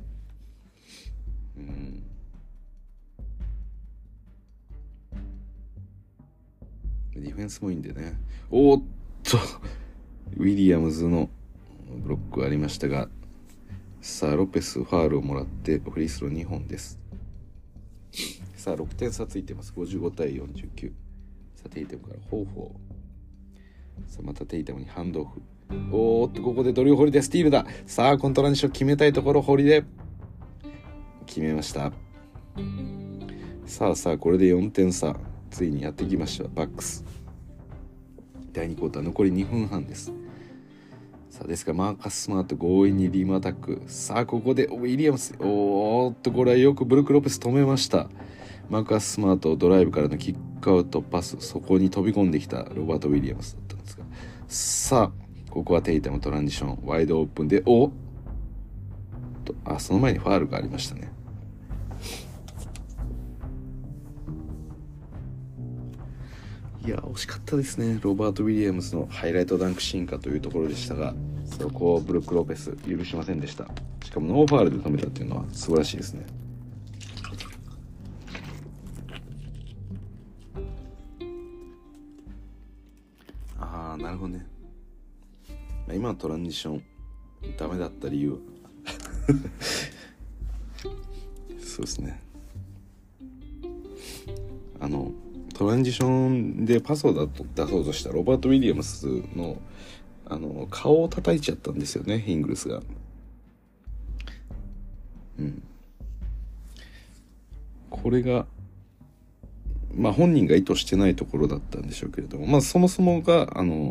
ディフェンスもいいんでね。おーっとウィリアムズのブロックありましたが、さあロペスファールをもらってフリースロー2本です。さあ6点差ついてます。55対49。さあテイタムからホーフォー。さあまたテイタムにハンドオフ。おーっとここでドリュー・ホリデースティールだ。さあコントランジション決めたいところ、ホリデー決めました。さあこれで4点差ついにやってきました。バックス第2クォーター残り2分半です。さあですがマーカス・スマート強引にリムアタック。さあここでウィリアムス、おーっとこれはよくブルック・ロペス止めました。マーカス・スマートドライブからのキックアウトパス、そこに飛び込んできたロバート・ウィリアムスだったんですが、さあここはテイタムトランジションワイドオープンで、おっとその前にファールがありましたね。いや惜しかったですね。ロバート・ウィリアムスのハイライトダンク進化というところでしたが、そこをブルック・ロペス許しませんでした。しかもノーファールで止めたっていうのは素晴らしいですね。なるほどね。今のトランジションダメだった理由そうですね、トランジションでパスを出そうとしたロバート・ウィリアムスの顔を叩いちゃったんですよね、イングルスが。これが本人が意図してないところだったんでしょうけれども、そもそもが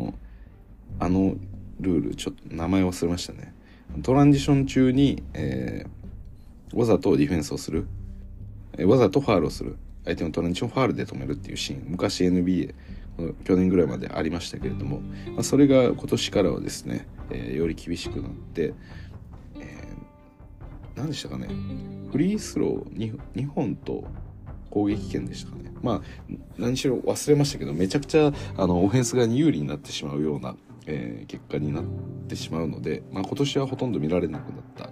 ルールちょっと名前忘れましたね。トランジション中に、わざとディフェンスをする、わざとファールをする、相手のトランジションファールで止めるっていうシーン、昔 NBA 去年ぐらいまでありましたけれども、それが今年からはですね、より厳しくなって、何でしたかね、フリースロー 2本と攻撃権でしたかね。何しろ忘れましたけど、めちゃくちゃオフェンス側に有利になってしまうような、結果になってしまうので、今年はほとんど見られなくなった、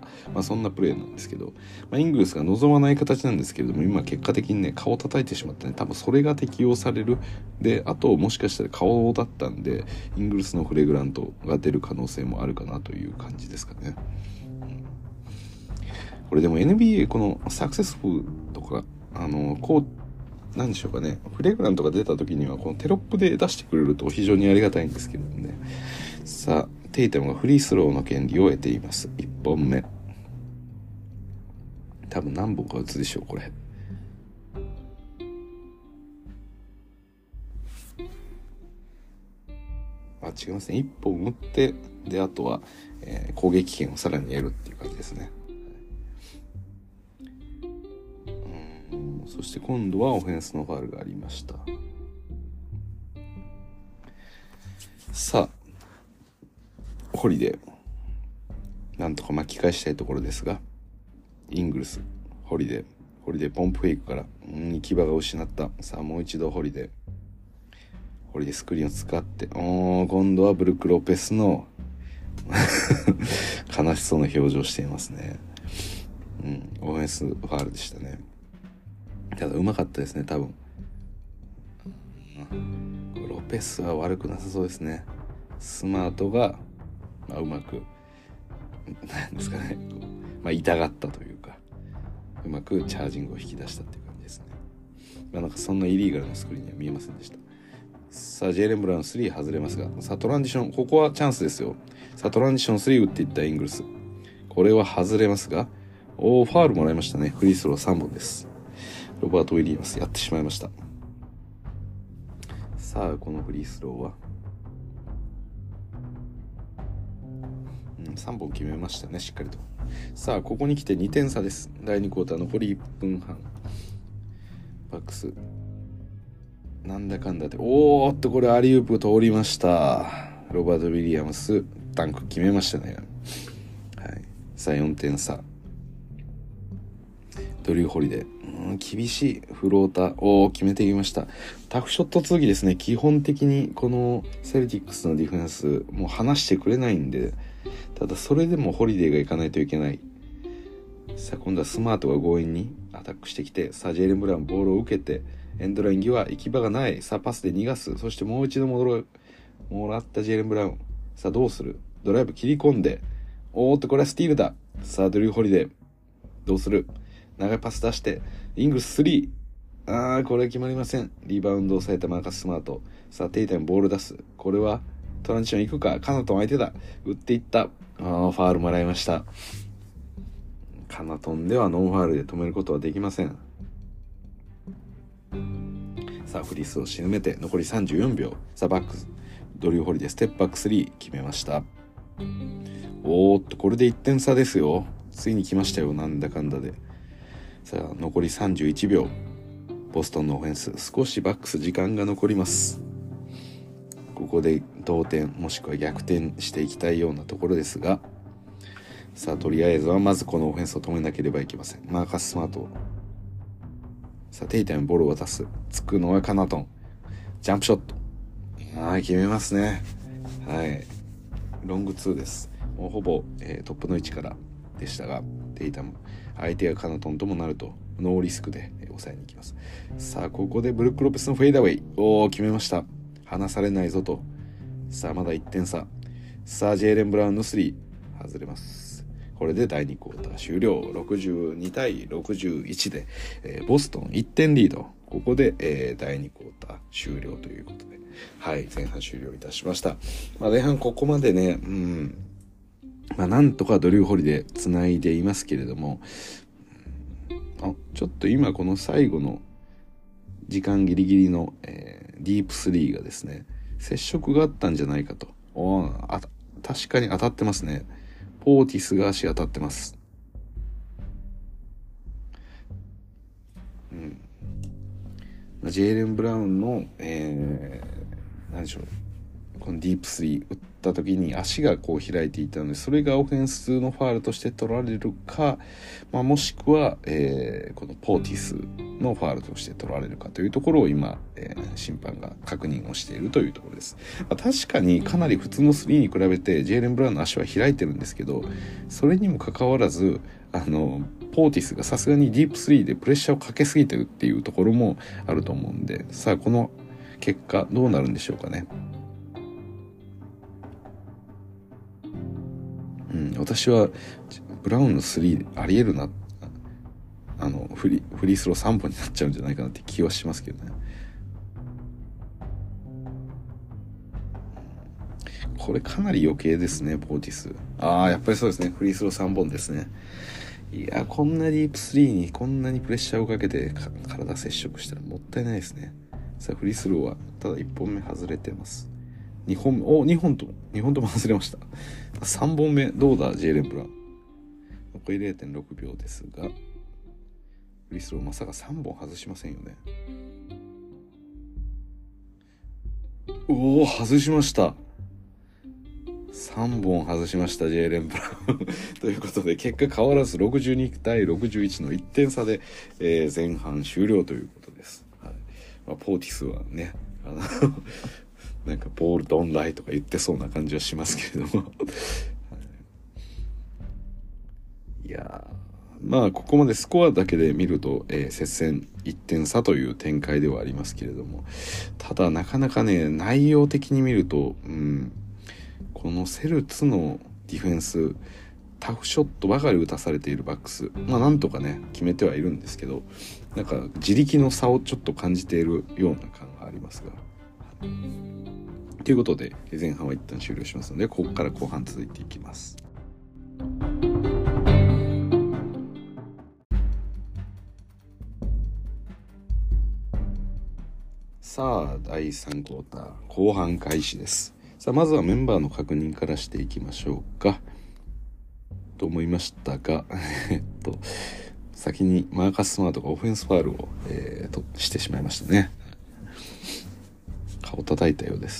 そんなプレーなんですけど、イングルスが望まない形なんですけれども、今結果的にね顔を叩いてしまったね。多分それが適用される。であともしかしたら顔だったんで、イングルスのフレグラントが出る可能性もあるかなという感じですかね。これでも NBA このサクセスフルとかこうなんでしょうかね、フレグラントが出た時にはこのテロップで出してくれると非常にありがたいんですけどね。さあテイタムがフリースローの権利を得ています。1本目多分何本か打つでしょうこれ。違いますね、1本打ってであとは、攻撃権をさらに得るっていう感じですね。そして今度はオフェンスのファウルがありました。さあホリデーなんとか巻き返したいところですが、イングルスホリデーポンプフェイクから行き場が失った。さあもう一度ホリデースクリーンを使って、今度はブルック・ロペスの悲しそうな表情していますね。オフェンスファールでしたね。ただうまかったですね多分。ロペスは悪くなさそうですね。スマートが、うまくなんですかね、痛がったというか、 うまくチャージングを引き出したっていう感じですね。なんかそんなイリーガルなスクリーンには見えませんでした。さあジェイレン・ブラウン3外れますが、さあトランジション、ここはチャンスですよ。さあトランジション3打っていったイングルス、これは外れますが、ファウルもらいましたね。フリースロー3本です。ロバート・ウィリアムスやってしまいました。さあこのフリースローは、3本決めましたね、しっかりと。さあここに来て2点差です。第2クォーター残り1分半。バックスなんだかんだで、これアリウープ通りました。ロバート・ウィリアムスダンク決めましたね。はい、さあ4点差。ドリュー・ホリデー、厳しいフローター決めてきました。タフショット続きですね。基本的にこのセルティックスのディフェンスもう離してくれないんで、ただそれでもホリデーが行かないといけない。さあ今度はスマートが強引にアタックしてきて、さあジェイレン・ブラウンボールを受けて、エンドライン際行き場がない。さあパスで逃がす。そしてもう一度もらったジェイレン・ブラウン。さあどうする。ドライブ切り込んで、これはスティールだ。さあドリュー・ホリデーどうする。長いパス出してイングルス3、これは決まりません。リバウンドを抑えたマーカス・スマート。さあテイタムボール出す。これはトランジション行くか。カナトン相手だ。打っていった。ファウルもらいました。カナトンではノーファウルで止めることはできません。さあフリースを沈めて残り34秒。さあバックドリュー・ホリデーステップバック3決めました。これで1点差ですよ。ついに来ましたよ、なんだかんだで。さあ残り31秒。ボストンのオフェンス、少しバックス時間が残ります。ここで同点もしくは逆転していきたいようなところですが、さあとりあえずはまずこのオフェンスを止めなければいけません。マーカス・スマート。さあテイタムボールを渡す。つくのはカナトン。ジャンプショット。決めますね。はい、ロング2です。もうほぼ、トップの位置からでしたが、テイタム相手がカナトンともなるとノーリスクで、抑えに行きます。さあここでブルック・ロペスのフェイダーウェイ決めました。離されないぞと。さあまだ1点差。さあジェイレン・ブラウンの3外れます。これで第2クォーター終了。62対61で、ボストン1点リード。ここで、第2クォーター終了ということで、はい、前半終了いたしました。前半ここまでね、なんとかドリュー・ホリでつないでいますけれども、ちょっと今この最後の時間ギリギリの、ディープスリーがですね、接触があったんじゃないかと。確かに当たってますね。ポーティスが足当たってます。ジェイレン・ブラウンの、何でしょう、このディープスリー打った時に足がこう開いていたので、それがオフェンスのファウルとして取られるか、もしくは、このポーティスのファウルとして取られるかというところを今、審判が確認をしているというところです。確かにかなり普通のスリーに比べてジェイレン・ブラウンの足は開いてるんですけど、それにもかかわらずポーティスがさすがにディープスリーでプレッシャーをかけすぎてるっていうところもあると思うんで、さあこの結果どうなるんでしょうかね。私はブラウンの3ありえるな、フリースロー3本になっちゃうんじゃないかなって気はしますけどね。これかなり余計ですね、ポーティス。やっぱりそうですね、フリースロー3本ですね。いや、こんなディープ3にこんなにプレッシャーをかけて体接触したらもったいないですね。さあフリースローはただ1本目外れてます。2本とも外れました。3本目どうだジェイレン・ブラウン。残り 0.6 秒ですが、フリースローまさか3本外しませんよね。外しました。3本外しましたジェイレン・ブラウンということで、結果変わらず62対61の1点差で、前半終了ということです。はい、ポーティスはね、なんかボールドンライとか言ってそうな感じはしますけれどもいやここまでスコアだけで見ると、接戦1点差という展開ではありますけれども、ただなかなかね、内容的に見ると、このセルツのディフェンスタフショットばかり打たされているバックス、なんとかね決めてはいるんですけど、なんか自力の差をちょっと感じているような感がありますが、ということで前半は一旦終了しますので、ここから後半続いていきます。さあ第3クォーター後半開始です。さあまずはメンバーの確認からしていきましょうかと思いましたが先にマーカス・スマートがオフェンスファウルを、してしまいましたね。顔叩いたようです。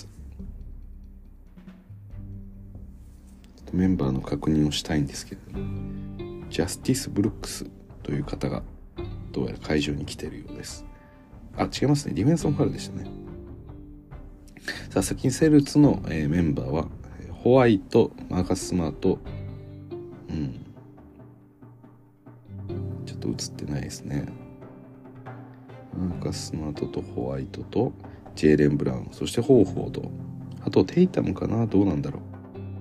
メンバーの確認をしたいんですけれども、ジャスティス・ブルックスという方がどうやら会場に来ているようです。違いますね、ディフェンスのファウルでしたね。さあ先にセルツの、メンバーはホワイト、マーカス・スマート、ちょっと映ってないですね。マーカス・スマートとホワイトとジェイレン・ブラウン、そしてホーフォード、あとテイタムかな、どうなんだろう。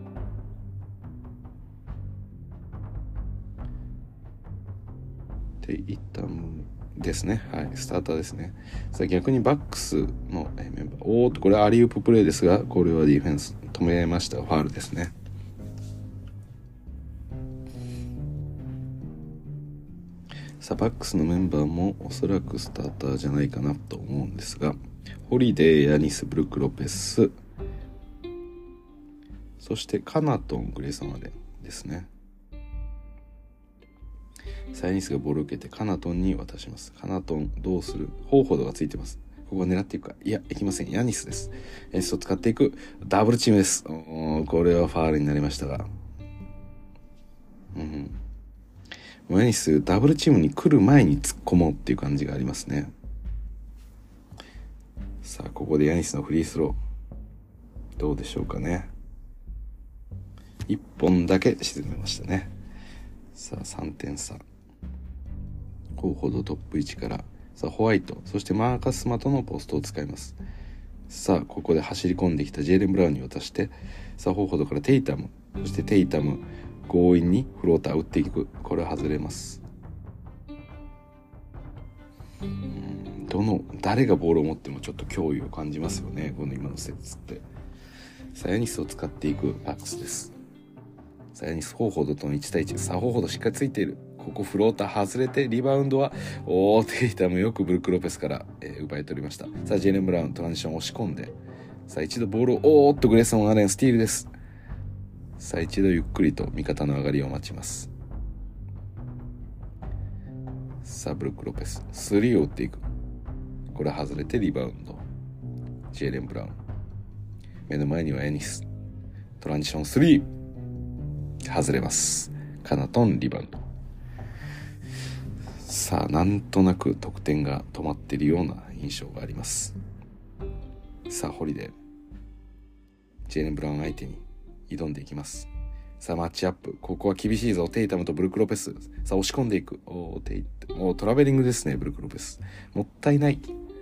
テイタムですね、はい、スターターですね。さあ逆にバックスのメンバー、これアリウーププレーですが、これはディフェンス止めましたがファウルですね。さあバックスのメンバーもおそらくスターターじゃないかなと思うんですが、ホリデー、ヤニス、ブルック・ロペス、そしてカナトン、グレイソンまでですね。さあヤニスがボールを受けてカナトンに渡します。カナトンどうする？ホーフォードがついてます。ここは狙っていくか、いや、いきません。ヤニスです。ヤニスを使っていくダブルチームです。これはファールになりましたが、ヤニスダブルチームに来る前に突っ込もうっていう感じがありますね。さあここでヤニスのフリースローどうでしょうかね。1本だけ沈めましたね。さあ3点差、ホーフォードトップ位置から、さあホワイト、そしてマーカス・マトのポストを使います。さあここで走り込んできたジェイレン・ブラウンに渡して、さあホーフォードからテイタム、そしてテイタム強引にフローター打っていく。これは外れます。誰がボールを持ってもちょっと脅威を感じますよね、この今のセッツって。さあヤニスを使っていくバックスです。さあヤニスホーフォードとの1対1、さあホーフォードしっかりついている。ここフローター外れて、リバウンドはテイタムよくブルック・ロペスから、奪い取りました。さあジェイレン・ブラウントランジション押し込んで、さあ一度ボールをグレイソン・アレンスティールです。さあ一度ゆっくりと味方の上がりを待ちます。さあブルック・ロペス3を打っていく。これ外れてリバウンド、ジェイレン・ブラウン、目の前にはヤニス、トランジション3外れます。カナトンリバウンド。さあなんとなく得点が止まっているような印象があります。さあホリデー、ジェイレン・ブラウン相手に挑んでいきます。さあマッチアップ、ここは厳しいぞ。テイタムとブルック・ロペス、さあ押し込んでいく。トラベリングですね、ブルック・ロペスもったいない。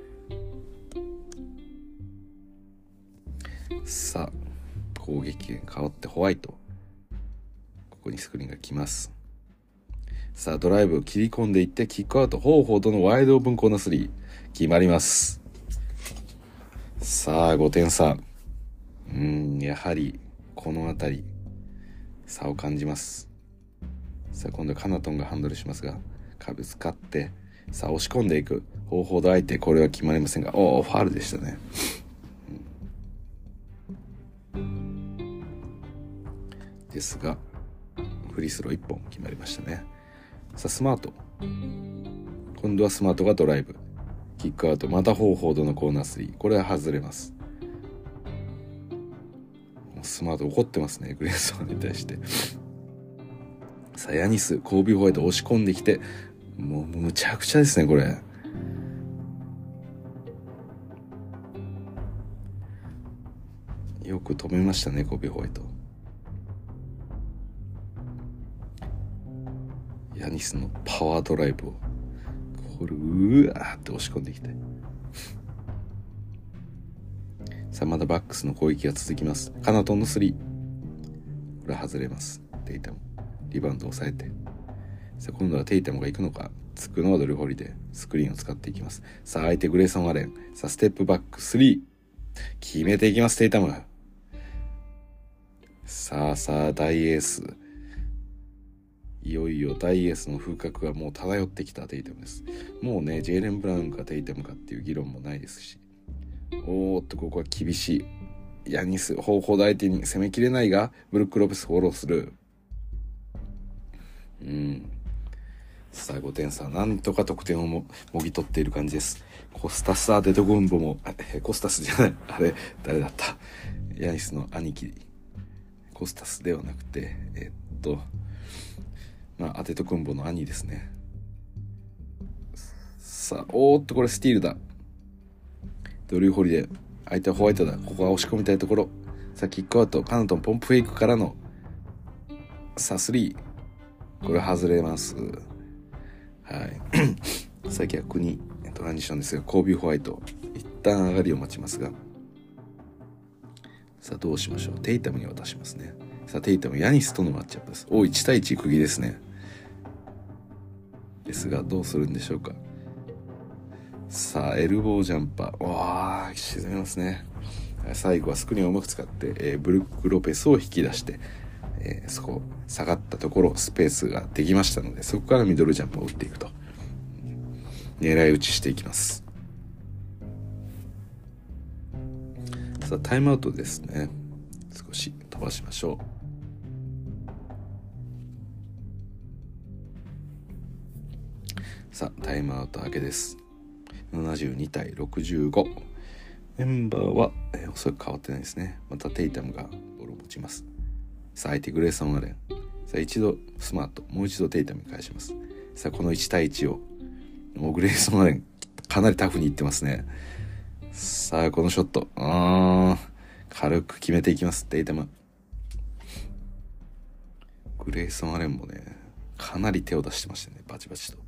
さあ攻撃変わってホワイト、ここにスクリーンが来ます。さあドライブを切り込んでいってキックアウト、ホーフォードのワイドオープンコーナー3決まります。さあ5点差、やはりこの辺り差を感じます。さあ今度はカナトンがハンドルしますが、ぶつかってさあ押し込んでいく。ホーフォード相手、これは決まりませんが、ファウルでしたね。ですがフリースロー1本決まりましたね。さあスマート、今度はスマートがドライブキックアウト、またホーフォードのコーナー3、これは外れます。スマート怒ってますね、グレーソンに対して。さあヤニス、コービー・ホワイト押し込んできて、もうむちゃくちゃですねこれ。よく止めましたね、コービー・ホワイト。ヤニスのパワードライブをこれうわーって押し込んできて、さあまだバックスの攻撃が続きます。カナトンの3、これ外れます。テイタムリバウンドを抑えて、さあ今度はテイタムが行くのか、つくのはドルホリデー、スクリーンを使っていきます。さあ相手グレイソン・アレン、さあステップバック3、決めていきますテイタム。さあ大エース、いよいよ大エースの風格がもう漂ってきたテイタムです。もうねジェイレン・ブラウンかテイタムかっていう議論もないですし、おーっとここは厳しい。ヤニス方法で相手に攻めきれないが、ブルック・ロペスフォローする。さあ5点差、なんとか得点をもぎ取っている感じです。コスタス・アデトゴンボもコスタスじゃない、あれ誰だった、ヤニスの兄貴、コスタスではなくてアテトクンボの兄ですね。さあこれスティールだ。ドリュー・ホリデー、相手はホワイトだ。ここは押し込みたいところ。さあキックアウト、カナトンポンプフェイクからのさあ3、これ外れます。はいさあ逆にトランジションですが、コービー・ホワイト一旦上がりを待ちますが、さあどうしましょう。テイタムに渡しますね。さあテイタムヤニスとのマッチアップです。1対1釘ですね。ですがどうするんでしょうか。さあエルボージャンパー、沈めますね。最後はスクリーンをうまく使って、ブルック・ロペスを引き出して、そこ下がったところスペースができましたので、そこからミドルジャンプを打っていくと、狙い撃ちしていきます。さあタイムアウトですね。少し飛ばしましょう。さあタイムアウト明けです。72対65、メンバーは、おそらく変わってないですね。またテイタムがボールを持ちます。さあ相手グレイソン・アレン、さあ一度スマート、もう一度テイタムに返します。さあこの1対1をもうグレイソン・アレンかなりタフにいってますね。さあこのショット軽く決めていきますテイタム。グレイソン・アレンもねかなり手を出してましたね、バチバチと。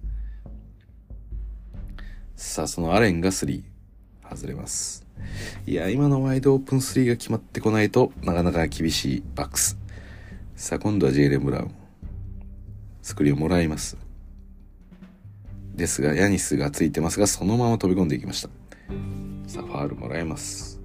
さあそのアレンが3外れます。いや今のワイドオープン3が決まってこないとなかなか厳しいバックス。さあ今度はジェイレン・ブラウン、スクリーンをもらいますですが、ヤニスがついてますがそのまま飛び込んでいきました。さあファールもらいます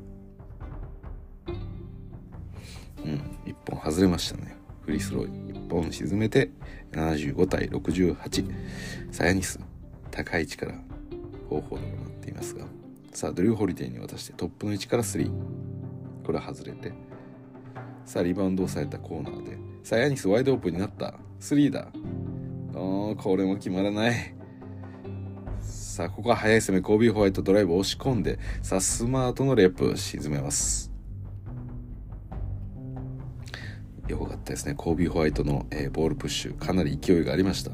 。1本外れましたね。フリースロー1本沈めて75対68。さあヤニス高い位置から方法でもなっていますが、さあドリュー・ホリデーに渡してトップの位置から3、これは外れて、さあリバウンドをされたコーナーで、さあヤニスワイドオープンになった、3だ。これも決まらない。さあここは速い攻め、コービー・ホワイトドライブを押し込んで、さあスマートのレイプ沈めます。よかったですね。コービー・ホワイトの、ボールプッシュかなり勢いがありました。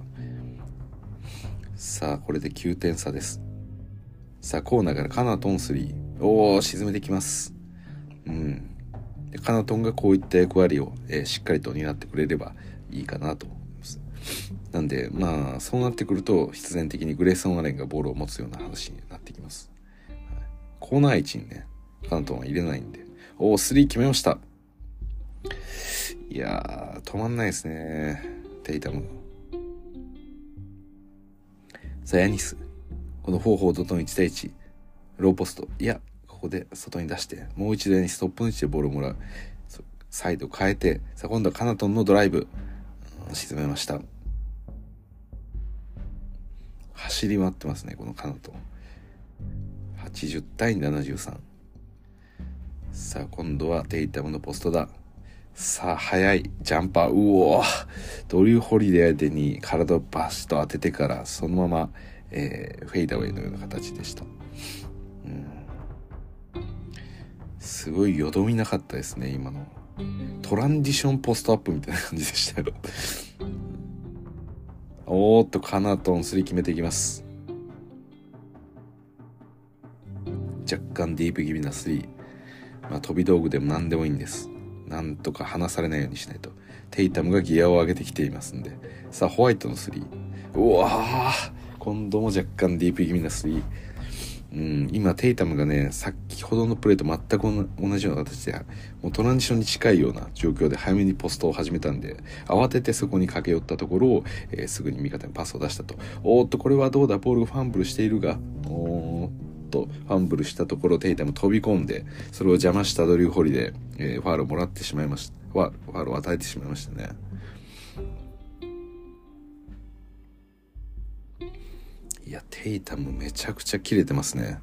さあこれで9点差です。さあコーナーからカナトン3、沈めてきます。でカナトンがこういった役割を、しっかりと担ってくれればいいかなと思います。なんでそうなってくると必然的にグレイソン・アレンがボールを持つような話になってきます。コーナー位置にねカナトンは入れないんで、3決めました。いやー止まんないですねテイタム。さあヤニス、この方法との1対1ローポスト、いやここで外に出してもう一度ヤニストップの位置でボールをもらう。サイド変えて、さあ今度はカナトンのドライブ、沈めました。走り回ってますねこのカナトン。80対73。さあ今度はテイタムのポストだ。さあ速いジャンパー、ドリュー・ホリデー相手に体をバシッと当ててからそのまま、フェイダーウェイのような形でした。すごいよどみなかったですね。今のトランジションポストアップみたいな感じでしたよカナトン3決めていきます。若干ディープ気味な3、飛び道具でも何でもいいんです。なんとか離されないようにしないと。テイタムがギアを上げてきていますんで、さあホワイトの3、今度も若干ディープ気味な3、 今テイタムがね、先ほどのプレーと全く同じような形で、もうトランジションに近いような状況で早めにポストを始めたんで、慌ててそこに駆け寄ったところを、すぐに味方にパスを出したと。これはどうだ、ボールがファンブルしているが、ファンブルしたところテイタム飛び込んで、それを邪魔したドリュー・ホリで、ファウルをもらってしまいました。ファウルを与えてしまいましたね。いや、テイタムめちゃくちゃ切れてますね。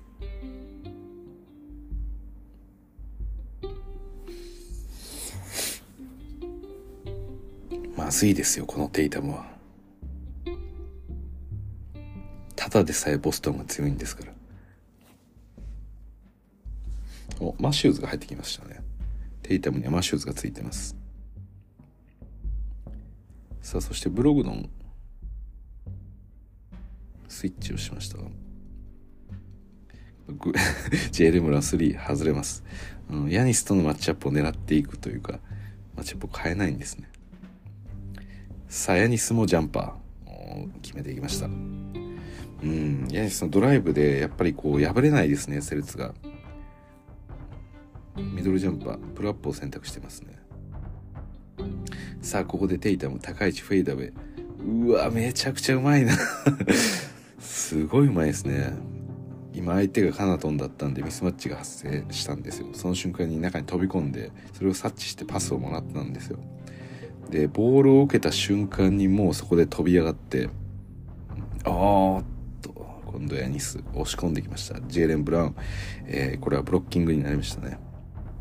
まずいですよ、このテイタムは。ただでさえボストンが強いんですから。マシューズが入ってきましたね。テイタムにはマシューズがついてます。さあ、そしてブログドンスイッチをしましたがジェイレムラ3外れます。ヤニスとのマッチアップを狙っていくというか、マッチアップを変えないんですね。さあ、ヤニスもジャンパー決めていきました。ヤニスのドライブでやっぱりこう破れないですね、セルツが。ミドルジャンパー、プルアップを選択してますね。さあ、ここでテイタム高い位置フェイダーウェイ。うわ、めちゃくちゃうまいなすごいうまいですね。今相手がカナトンだったんでミスマッチが発生したんですよ。その瞬間に中に飛び込んで、それを察知してパスをもらったんですよ。で、ボールを受けた瞬間にもうそこで飛び上がって、今度はヤニス押し込んできました。ジェイレン・ブラウン、これはブロッキングになりましたね。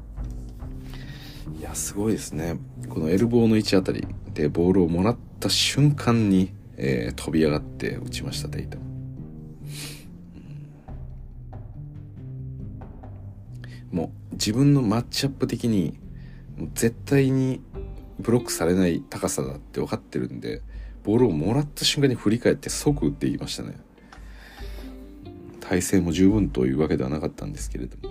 いや、すごいですね。このエルボーの位置あたりでボールをもらった瞬間に、飛び上がって打ちました、テイタム。もう自分のマッチアップ的に絶対にブロックされない高さだって分かってるんで、ボールをもらった瞬間に振り返って即打っていきましたね。体勢も十分というわけではなかったんですけれども、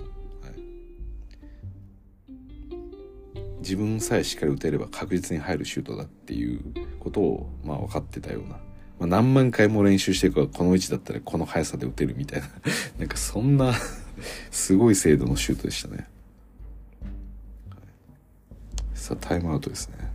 自分さえしっかり打てれば確実に入るシュートだっていうことを分かってたような、何万回も練習してるからこの位置だったらこの速さで打てるみたいななんかそんなすごい精度のシュートでしたね。さあ、タイムアウトですね。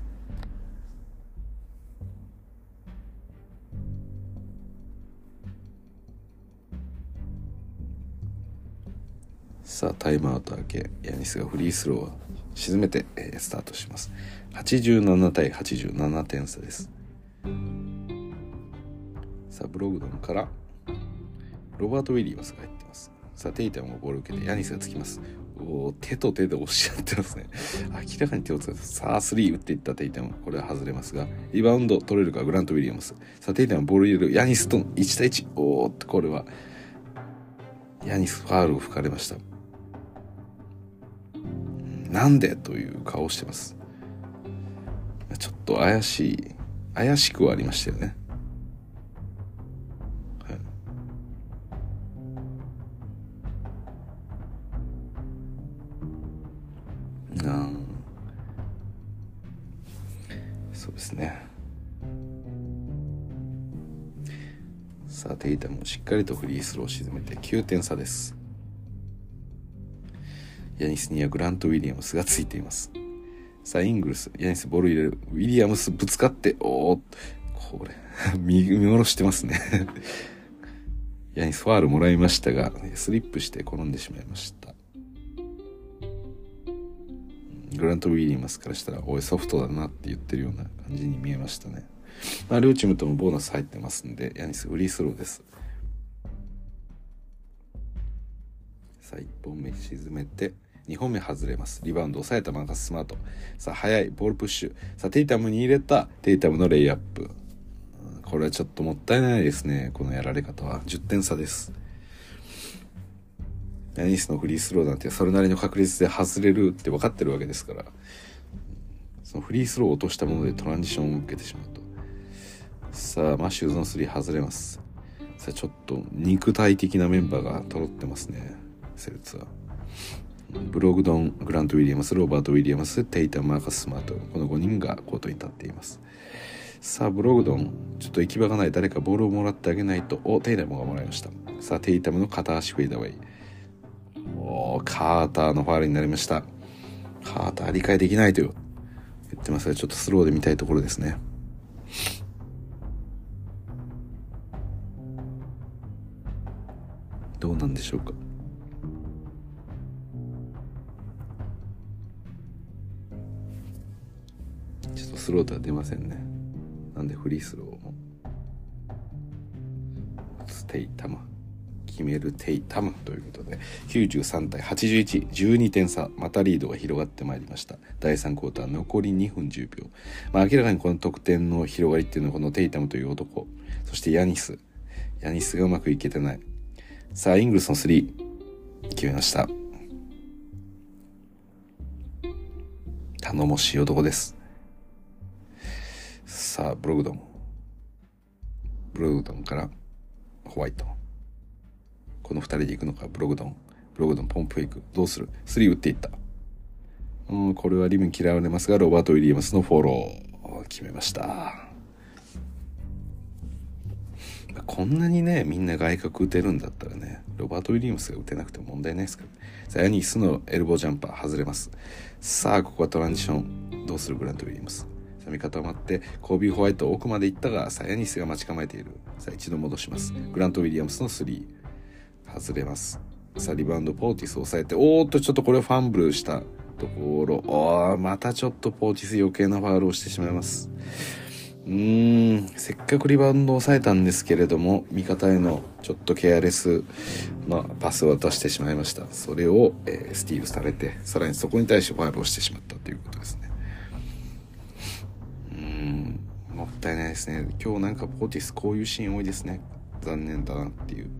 さあ、タイムアウト明け、ヤニスがフリースローを沈めて、スタートします。87対87点差です。さあ、ブログドンからロバート・ウィリアムスが入ってます。さあ、テイタムがボールを受けてヤニスがつきます。手と手で押し合ってますね。明らかに手を使って、さあ、3打っていったテイタム。これは外れますが、リバウンド取れるか、グラント・ウィリアムス。さあ、テイタムボール入れる。ヤニスと1対1。これは、ヤニスファウルを吹かれました。なんでという顔をしてます。ちょっと怪しくはありましたよね。そうですね。さあ、テイタムもしっかりとフリースローを沈めて9点差です。ヤニスにはグラント・ウィリアムスがついています。さあ、イングルス、ヤニスボール入れる。ウィリアムスぶつかって、これ見下ろしてますねヤニスファールもらいましたが、スリップして転んでしまいました。グラント・ウィリアムスからしたら、おいソフトだなって言ってるような感じに見えましたね。両チームともボーナス入ってますんで、ヤニスフリースローです。さあ、1本目沈めて2本目外れます。リバウンド抑えたマーカス・スマート。さあ、速いボールプッシュ。さあ、テイタムに入れたテイタムのレイアップ。これはちょっともったいないですね、このやられ方は。10点差です。ヤニスのフリースローなんてそれなりの確率で外れるって分かってるわけですから、そのフリースローを落としたものでトランジションを受けてしまうと。さあ、マシューズの3外れます。さあ、ちょっと肉体的なメンバーが揃ってますね、セルツは。ブログドン、グラント・ウィリアムス、ロバート・ウィリアムス、テイタム、マーカス・スマート、この5人がコートに立っています。さあ、ブログドン、ちょっと行き場がない。誰かボールをもらってあげないと。テイタムがもらいました。 さあテイタムの片足フェイダーウェイ。カーターのファールになりました。カーター理解できないと言ってますが、ちょっとスローで見たいところですね。どうなんでしょうか。ちょっとスローとは出ませんね。なんでフリースローもテイタム決めるテイタムということで、93対81、12点差、またリードが広がってまいりました。第3クォーター残り2分10秒。明らかにこの得点の広がりっていうのはこのテイタムという男、そしてヤニスがうまくいけてない。さあイングルスの3決めました。頼もしい男です。さあブログドンからホワイト、この2人で行くのか。ブログドンポンプフェイク、どうする。3打っていった。これはリムに嫌われますが、ロバート・ウィリアムスのフォロー決めました。こんなにねみんな外角打てるんだったらね、ロバート・ウィリアムスが打てなくても問題ないですから。さあヤニスのエルボージャンパー外れます。さあここはトランジション、どうするグラント・ウィリアムス。さあ味方を待ってコービー・ホワイト奥まで行ったが、さあヤニスが待ち構えている。さあ一度戻します。グラント・ウィリアムスの3外れます。さあリバウンドポーティスを抑えて、ちょっとこれファンブルしたところ、またちょっとポーティス余計なファウルをしてしまいます。せっかくリバウンドを抑えたんですけれども、味方へのちょっとケアレスなパスを渡してしまいました。それを、スティールされて、さらにそこに対してファウルをしてしまったということですね。もったいないですね。今日なんかポーティスこういうシーン多いですね。残念だなっていう。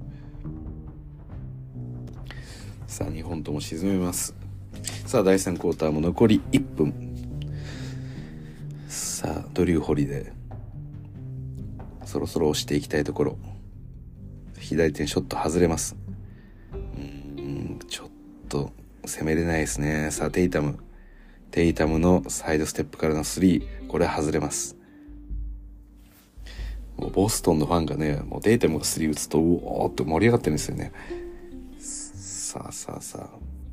さあ2本とも沈めます。さあ第3クォーターも残り1分。さあドリュー・ホリデー、そろそろ押していきたいところ。左手にショット外れます。ちょっと攻めれないですね。さあテイタムのサイドステップからの3、これ外れます。もうボストンのファンがね、もうテイタムが3打つとおーっと盛り上がってるんですよね。さあ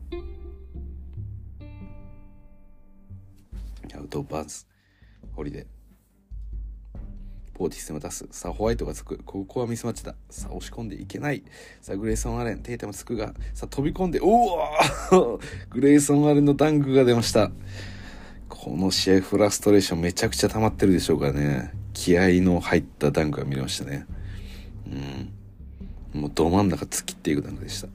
アウトバズ、ホリデー、ポーティスに渡す。さあホワイトがつく。ここはミスマッチだ。さあ押し込んでいけない。さあグレイソン・アレン、テイタムつくが、さあ飛び込んで、グレイソン・アレンのダンクが出ました。この試合フラストレーションめちゃくちゃ溜まってるでしょうからね。気合の入ったダンクが見れましたね。もうど真ん中突きっていくダンクでした。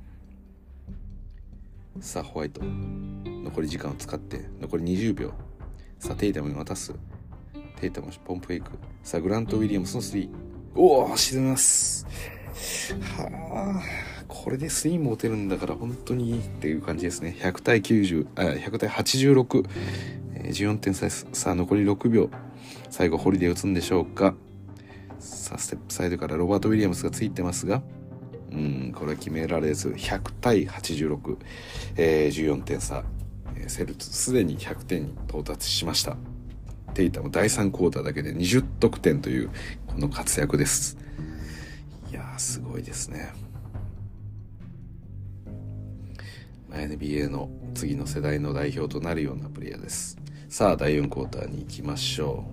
さあホワイト、残り時間を使って残り20秒。さあテイタムに渡す。テイタムのポンプフェイク。さあグラント・ウィリアムスの3、沈めます。これで3も打てるんだから本当にいいっていう感じですね。100対86、14点差です。さあ残り6秒。最後ホリデー打つんでしょうか。さあステップサイドからロバート・ウィリアムスがついてますが、これは決められず100対86、14点差。セルツすでに100点に到達しました。テイタム第3クォーターだけで20得点というこの活躍です。いやーすごいですね。NBA の次の世代の代表となるようなプレイヤーです。さあ第4クォーターに行きましょ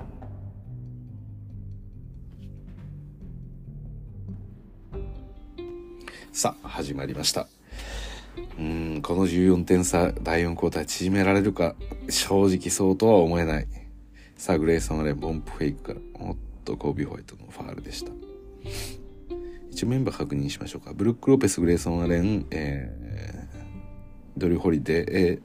う。さあ始まりました。この14点差第4クォーター縮められるか、正直そうとは思えない。さあグレイソン・アレン、ボンプフェイクからコービー・ホワイトのファールでした。一応メンバー確認しましょうか。ブルック・ロペス、グレイソン・アレン、ドリュー・ホリデー、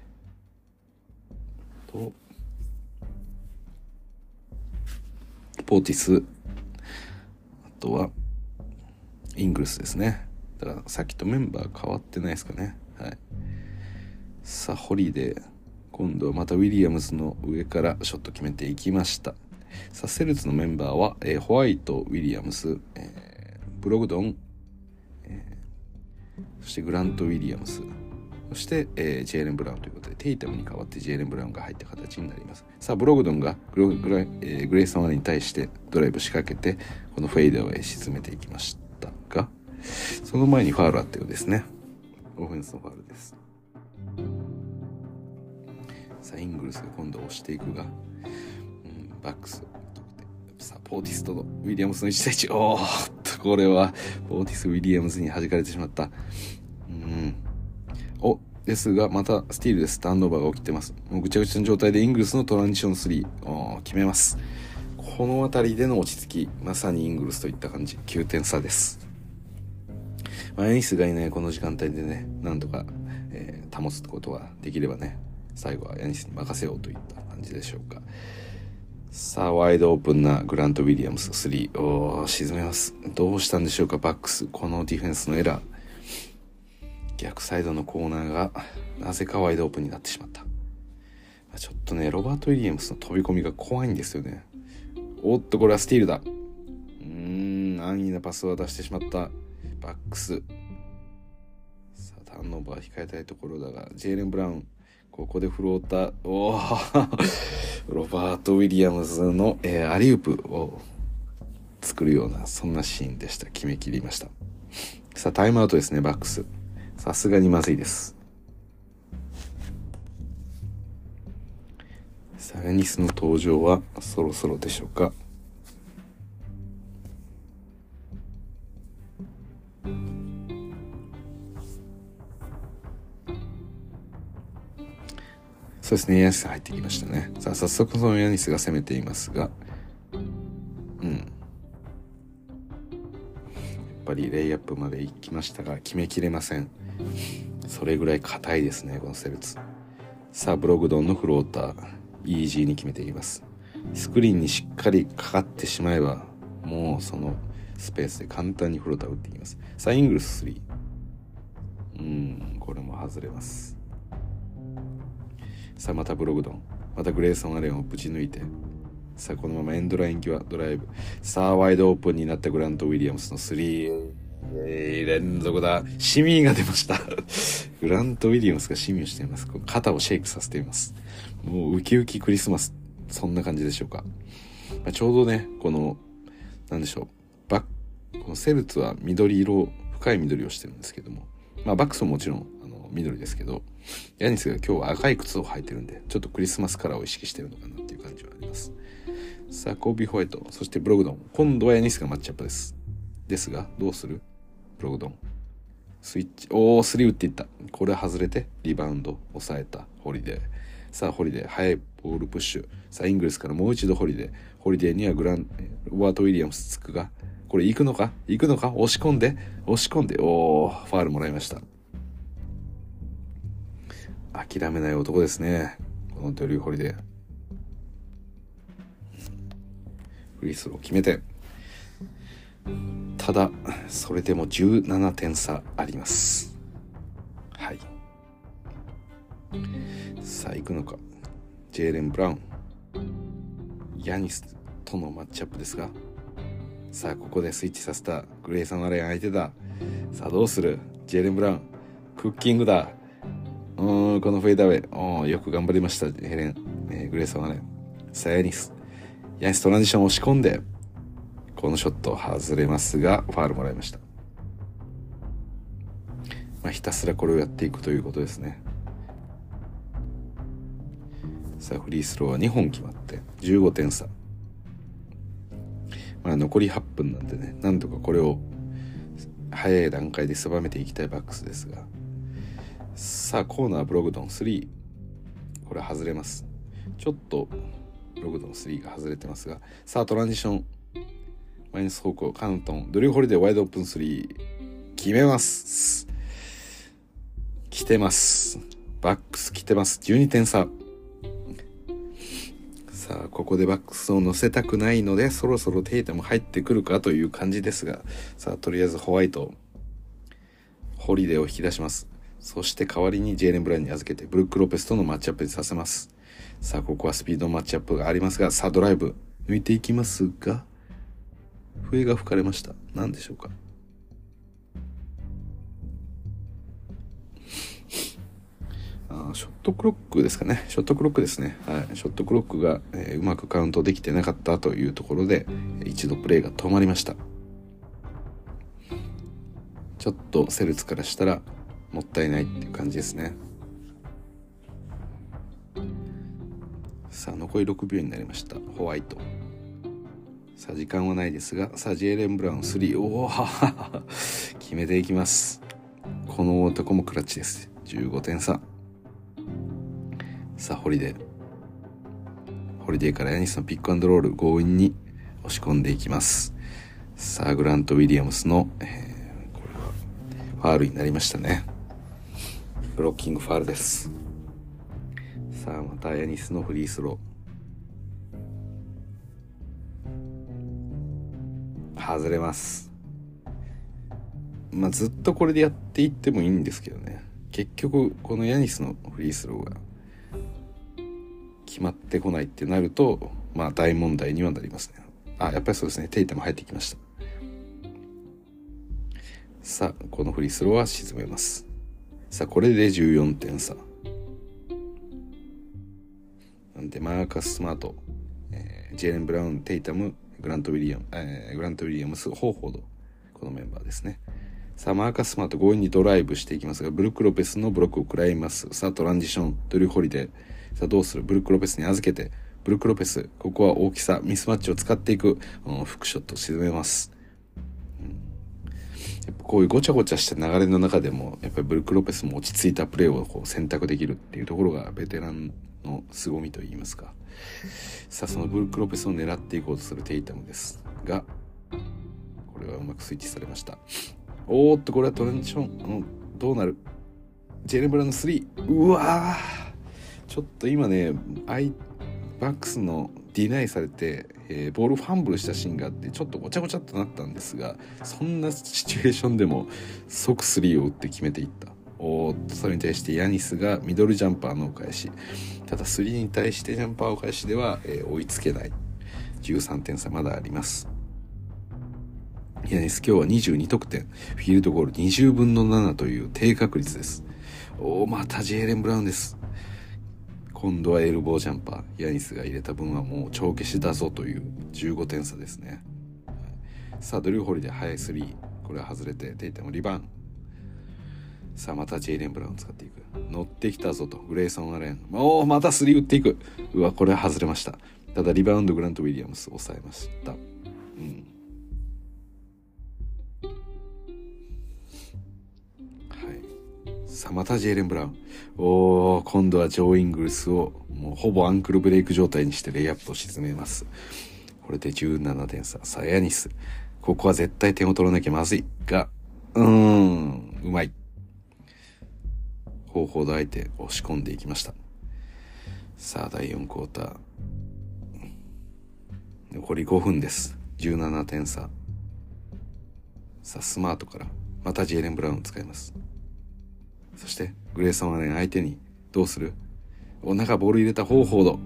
ポーティス、あとはイングルスですね。だからさっきとメンバー変わってないですかね。はい。さあホリデー、今度はまたウィリアムズの上からショット決めていきました。さあセルツのメンバーは、ホワイト、ウィリアムス、ブログドン、そしてグラント・ウィリアムス、そして、ジェイレン・ブラウンということで、テイタムに代わってジェイレン・ブラウンが入った形になります。さあブログドンがグレイソン・アレンに対してドライブ仕掛けて、このフェイダーを沈めていきましたが、 その前にファウルあったようですね。オフェンスのファウルです。さあイングルスが今度押していくが、バックスさあポーティスとウィリアムスの1対1、おーっとこれはポーティス・ウィリアムズに弾かれてしまった。ですがまたスティールです。ターンオーバーが起きてます。もうぐちゃぐちゃの状態でイングルスのトランジション3決めます。この辺りでの落ち着き、まさにイングルスといった感じ。9点差です。ヤニスがいないこの時間帯でね、なんとか、保つことができればね、最後はヤニスに任せようといった感じでしょうか。さあワイドオープンなグラント・ウィリアムス3沈めます。どうしたんでしょうかバックス。このディフェンスのエラー、逆サイドのコーナーがなぜかワイドオープンになってしまった。ちょっとねロバート・ウィリアムスの飛び込みが怖いんですよね。おっとこれはスティールだ。安易なパスを出してしまったバックス。さあターンオーバー控えたいところだが、ジェイレン・ブラウンここでフローター、ロバート・ウィリアムズの、アリウープを作るようなそんなシーンでした。決めきりました。さあタイムアウトですねバックス。さすがにまずいです。さあヤニスの登場はそろそろでしょうか。そうですね、ヤニス入ってきましたね。さあ早速そのヤニスが攻めていますが、やっぱりレイアップまで行きましたが決めきれません。それぐらい硬いですねこのセルツ。さあブログドンのフローターイージーに決めていきます。スクリーンにしっかりかかってしまえばもうそのスペースで簡単にフローター打っていきます。さあイングルス3、これも外れます。さあまたブログドン、またグレイソン・アレンをぶち抜いて、さあこのままエンドライン際ドライブ、さあワイドオープンになったグラント・ウィリアムスの3、連続だ。シミが出ましたグラント・ウィリアムスがシミをしています。肩をシェイクさせています。もうウキウキクリスマス、そんな感じでしょうか。ちょうどねこのなんでしょう、このセルツは緑色、深い緑をしてるんですけども、バックスももちろん緑ですけど、ヤニスが今日は赤い靴を履いてるんでちょっとクリスマスカラーを意識してるのかなっていう感じはあります。さあコービー・ホワイト、そしてブログドン、今度はヤニスがマッチアップですがどうする。ブログドンスイッチ、3打っていった。これは外れてリバウンド抑えたホリデー。さあホリデー速いボールプッシュ。さあイングルスからもう一度ホリデーにはロバート・ウィリアムスつくが、これ行くのか押し込んでファウルもらいました。諦めない男ですねこのドリュー・ホリデー。フリースロー決めて、ただそれでも17点差あります。はい、さあ行くのか。ジェイレン・ブラウンヤニスとのマッチアップですが、さあここでスイッチさせたグレイソン・アレン相手だ。さあどうする。ジェイレン・ブラウンクッキングだ。このフェイダーウェイよく頑張りましたグレイソン・アレン。さあヤニストランジション押し込んで、このショット外れますがファウルもらいました。ひたすらこれをやっていくということですね。さあフリースローは2本決まって15点差。残り8分なんでね、なんとかこれを早い段階で狭めていきたいバックスですが、さあコーナーブログドン3、これ外れます。ちょっとブログドン3が外れてますが、さあトランジションマイナス方向カウントンドリュー・ホリデーワイドオープン3決めます。来てます。バックス来てます。12点差。さあここでバックスを乗せたくないのでそろそろテイタも入ってくるかという感じですが、さあとりあえずホワイトホリデーを引き出します。そして代わりにジェイレン・ブラウンに預けてブルック・ロペスとのマッチアップにさせます。さあここはスピードマッチアップがありますが、さあドライブ抜いていきますが笛が吹かれました。何でしょうか。ショットクロックですかね。ショットクロックですね。はい、ショットクロックが、うまくカウントできてなかったというところで一度プレーが止まりました。 ちょっとセルツからしたらもったいないっていう感じですね。さあ残り6秒になりました。ホワイト。さあ時間はないですが、さあジェイレン・ブラウン3、おお決めていきます。この男もクラッチです。15点差。さあホリデーからヤニスのピックアンドロール強引に押し込んでいきます。さあグラント・ウィリアムスの、これはファールになりましたね。ブロッキングファールです。さあまたヤニスのフリースロー外れます。ずっとこれでやっていってもいいんですけどね、結局このヤニスのフリースローが決まってこないってなると大問題にはなりますね。やっぱりそうですね、テイタも入ってきました。さあこのフリースローは沈めます。さあこれで14点差なんで、マーカス・スマート、ジェイレン・ブラウン、テイタム、グラント・ウィリアムス、ホーフォード、このメンバーですね。さあマーカス・スマート強引にドライブしていきますが、ブルック・ロペスのブロックを食らいます。さあトランジション、ドリュー・ホリデー。さあどうする？ブルック・ロペスに預けて、ブルック・ロペス、ここは大きさミスマッチを使っていく、フックショットを沈めます。やっぱこういうごちゃごちゃした流れの中でもやっぱりブルック・ロペスも落ち着いたプレーを選択できるっていうところがベテランの凄みといいますか。さあそのブルック・ロペスを狙っていこうとするテイタムですが、これはうまくスイッチされました。これはトランジション、どうなる？ジェイレン・ブラウンの3、うわー、ちょっと今ねバックスのディナイされて、ボールファンブルしたシーンがあってちょっとごちゃごちゃっとなったんですが、そんなシチュエーションでも即3を打って決めていった。それに対してヤニスがミドルジャンパーのお返し、ただ3に対してジャンパーお返しでは、追いつけない。13点差まだあります。ヤニス今日は22得点、フィールドゴール20分の7という低確率です。またジェイレン・ブラウンです。今度はエルボージャンパー、ヤニスが入れた分はもう帳消しだぞという15点差ですね。さあドリュー・ホリで速い3、これは外れてテイタムリバウンド。さあまたジェイレン・ブラウンを使っていく、乗ってきたぞとグレイソン・アレン、また3打っていく、これは外れました。ただリバウンドグラント・ウィリアムス抑えました。さあまたジェイレン・ブラウン、今度はジョー・イングルスをもうほぼアンクルブレイク状態にしてレイアップを沈めます。これで17点差。さあヤニス、ここは絶対点を取らなきゃまずいが、うまい。方法で相手押し込んでいきました。さあ第4クォーター残り5分です。17点差。さあスマートからまたジェイレン・ブラウンを使います。そしてグレイソン・アレン相手にどうする？中ボール入れたホーフォー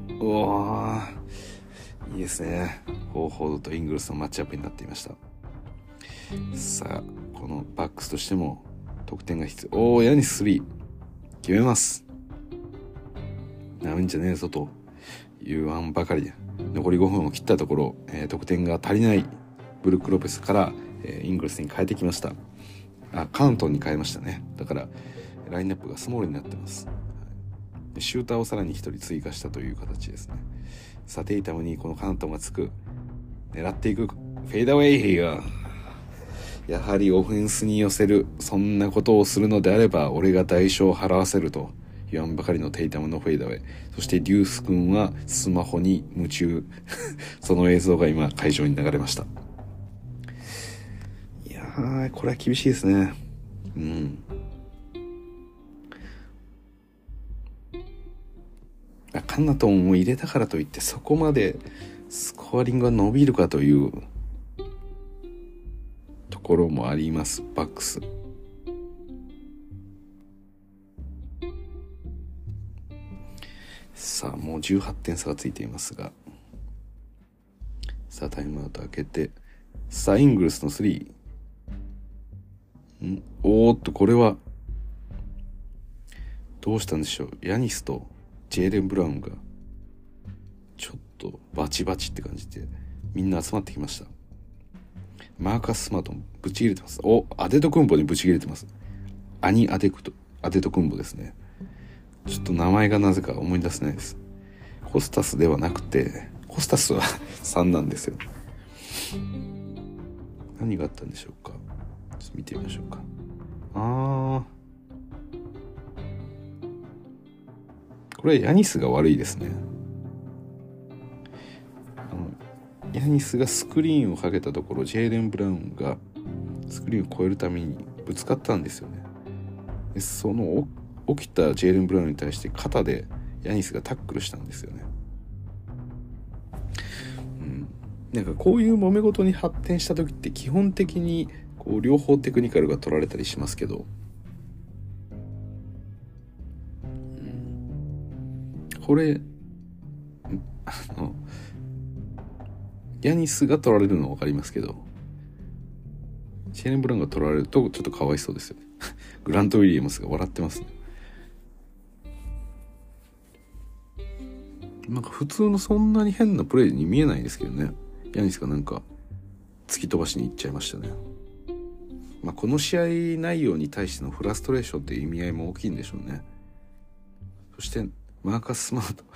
ド。いいですね。ホーフォードとイングルスのマッチアップになっていました。さあこのバックスとしても得点が必要。ヤニス3決めます。なめんじゃねえぞという案ばかりで、残り5分を切ったところ、得点が足りないブルック・ロペスから、イングルスに変えてきました。カウントンに変えましたね。だからラインナップがスモールになってます。シューターをさらに1人追加したという形ですね。さあテイタムにこのカウントンがつく、狙っていくフェードアウェイがやはりオフェンスに寄せる、そんなことをするのであれば俺が代償を払わせると言わんばかりのテイタムのフェードアウェイ。そしてデュース君はスマホに夢中その映像が今会場に流れました。いやーこれは厳しいですね。カナトンを入れたからといってそこまでスコアリングが伸びるかというところもあります。バックスさあもう18点差がついていますが、さあタイムアウト開けて、さあイングルスの3、これはどうしたんでしょう。ヤニスとジェイレン・ブラウンがちょっとバチバチって感じでみんな集まってきました。 マーカス・スマートもブチ切れてます。アデトクンボにブチ切れてます。アデトクンボですね。ちょっと名前がなぜか思い出せないです。コスタスではなくて、コスタスは3なんですよ。何があったんでしょうか。ちょっと見てみましょうか。これヤニスが悪いですね。ヤニスがスクリーンをかけたところ、ジェイレン・ブラウンがスクリーンを越えるためにぶつかったんですよね。でその起きたジェイレン・ブラウンに対して肩でヤニスがタックルしたんですよね。なんかこういう揉め事に発展した時って基本的にこう両方テクニカルが取られたりしますけど、これヤニスが取られるのは分かりますけど、シェーレン・ブラウンが取られるとちょっとかわいそうですよね。グラント・ウィリアムスが笑ってますね。なんか普通のそんなに変なプレーに見えないんですけどね。ヤニスがなんか突き飛ばしに行っちゃいましたね。この試合内容に対してのフラストレーションっていう意味合いも大きいんでしょうね。そしてマーカス・スマート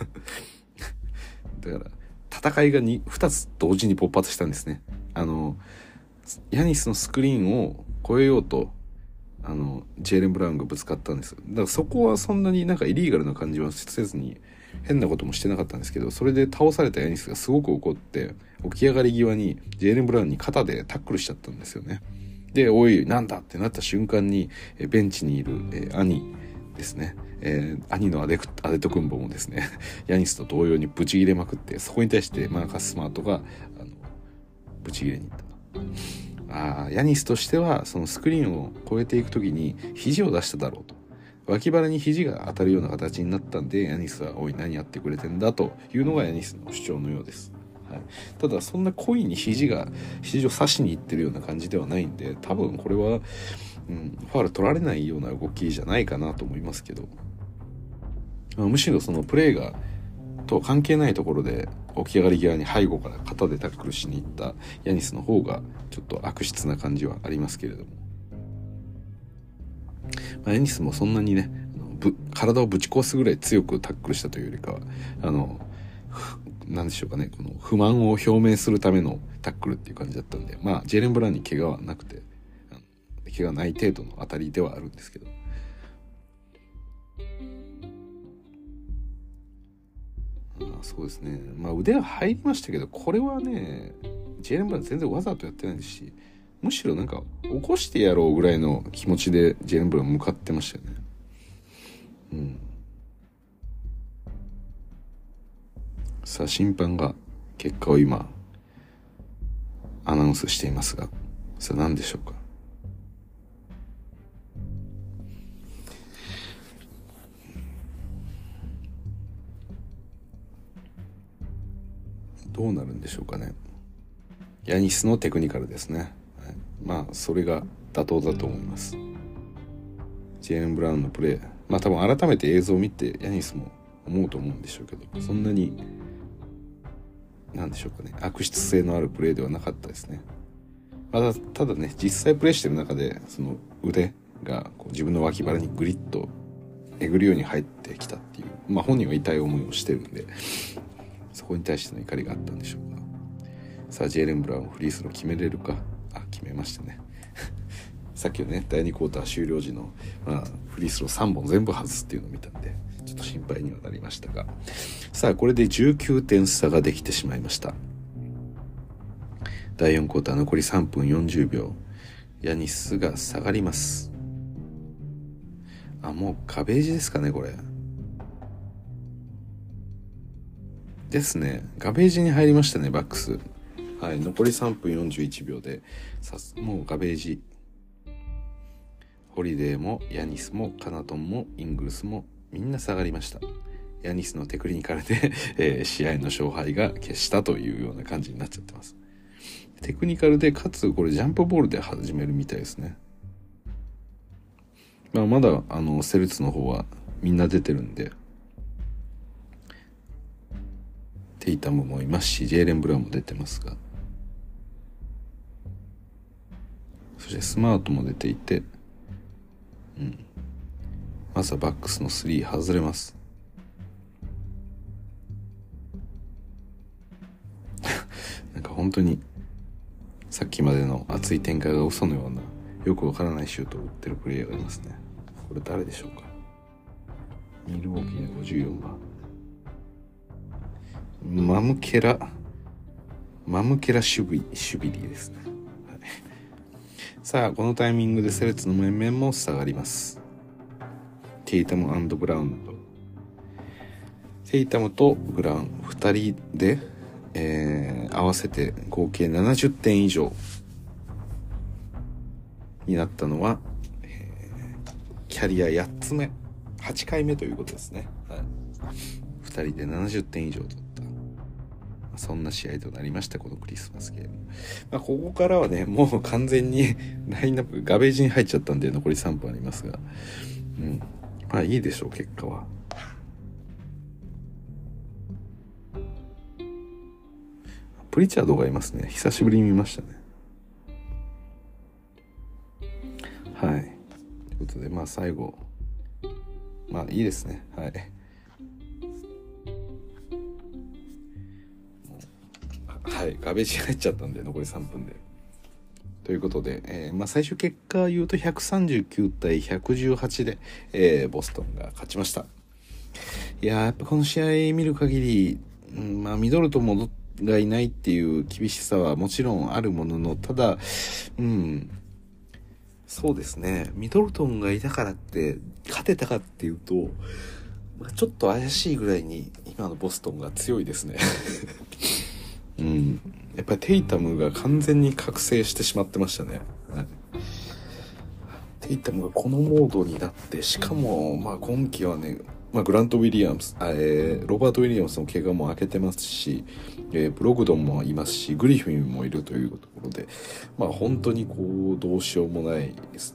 だから戦いが2つ同時に勃発したんですね。ヤニスのスクリーンを越えようとジェイレン・ブラウンがぶつかったんです。だからそこはそんなになんかイリーガルな感じはせずに変なこともしてなかったんですけど、それで倒されたヤニスがすごく怒って起き上がり際にジェイレン・ブラウンに肩でタックルしちゃったんですよね。で、おいなんだってなった瞬間にベンチにいる兄ですね、兄のアデトクンボもですねヤニスと同様にブチ切れまくって、そこに対してマーカス・スマートがブチ切れに行ったと。ヤニスとしてはそのスクリーンを越えていく時に肘を出しただろうと、脇腹に肘が当たるような形になったんで、ヤニスはおい何やってくれてんだというのがヤニスの主張のようです。はい、ただそんな故意に肘を刺しにいってるような感じではないんで、多分これは、ファウル取られないような動きじゃないかなと思いますけど、むしろそのプレーがと関係ないところで起き上がり際に背後から肩でタックルしに行ったヤニスの方がちょっと悪質な感じはありますけれども、ヤニスもそんなにね体をぶち壊すぐらい強くタックルしたというよりかはなんでしょうかね、この不満を表明するためのタックルっていう感じだったんで、ジェイレン・ブラウンに怪我はなくて怪我ない程度の当たりではあるんですけど、そうですね、腕は入りましたけど、これはねジェイレン・ブラウン全然わざとやってないですし、むしろなんか起こしてやろうぐらいの気持ちでジェイレン・ブラウン向かってましたよね。さあ審判が結果を今アナウンスしていますが、さあ何でしょうか。どうなるんでしょうかね。ヤニスのテクニカルですね。それが妥当だと思います。ジェイレン・ブラウンのプレー、多分改めて映像を見てヤニスも思うと思うんでしょうけど、そんなになんでしょうかね、悪質性のあるプレーではなかったですね。ただね、実際プレーしてる中でその腕がこう自分の脇腹にグリッとえぐるように入ってきたっていう、本人は痛い思いをしてるんで、そこに対しての怒りがあったんでしょうか。さあジェイレン・ブラウンフリースロー決めれるか。決めましたねさっきのね第2クォーター終了時の、フリースロー3本全部外すっていうのを見たんでちょっと心配にはなりましたが、さあこれで19点差ができてしまいました。第4クォーター残り3分40秒、ヤニスが下がります。もうガベージですかね、これですね。ガベージに入りましたね、バックス。残り3分41秒でもうガベージ。ホリデーもヤニスもカナトンもイングルスもみんな下がりました。ヤニスのテクニカルで、試合の勝敗が決したというような感じになっちゃってます。テクニカルでかつこれジャンプボールで始めるみたいですね。まだセルツの方はみんな出てるんで、テイタムもいますしジェイレン・ブラウンも出てますが、 そしてスマートも出ていて、まずはバックスの3外れます。なんか本当にさっきまでの熱い展開が嘘のようなよくわからないシュートを打ってるプレイヤーがいますね。これ誰でしょうか。ミルウォーキーの54番マムケラシュビリーですね、はい、さあこのタイミングでセレッツの面々も下がります。テイタム&ブラウンとテイタムとブラウン2人で、合わせて合計70点以上になったのは、キャリア8つ目8回目ということですね、はい、2人で70点以上取ったそんな試合となりました。このクリスマスゲーム、ここからはねもう完全にラインナップガベージに入っちゃったんで残り3分ありますが、いいでしょう。結果はプリチャードがいますね。久しぶりに見ましたね。はいということで最後いいですね。はいガベージ入っちゃったんで残り3分でということで、最終結果言うと139対118で、ボストンが勝ちました。やっぱこの試合見る限り、ミドルトンがいないっていう厳しさはもちろんあるものの、ただそうですね、ミドルトンがいたからって勝てたかっていうと、ちょっと怪しいぐらいに今のボストンが強いですねやっぱりテイタムが完全に覚醒してしまってましたね、はい、テイタムがこのモードになって、しかも今季はね、グラント・ウィリアムス、ロバート・ウィリアムスの怪我も明けてますし、ブログドンもいますし、グリフィンもいるというところで、本当にどうしようもない、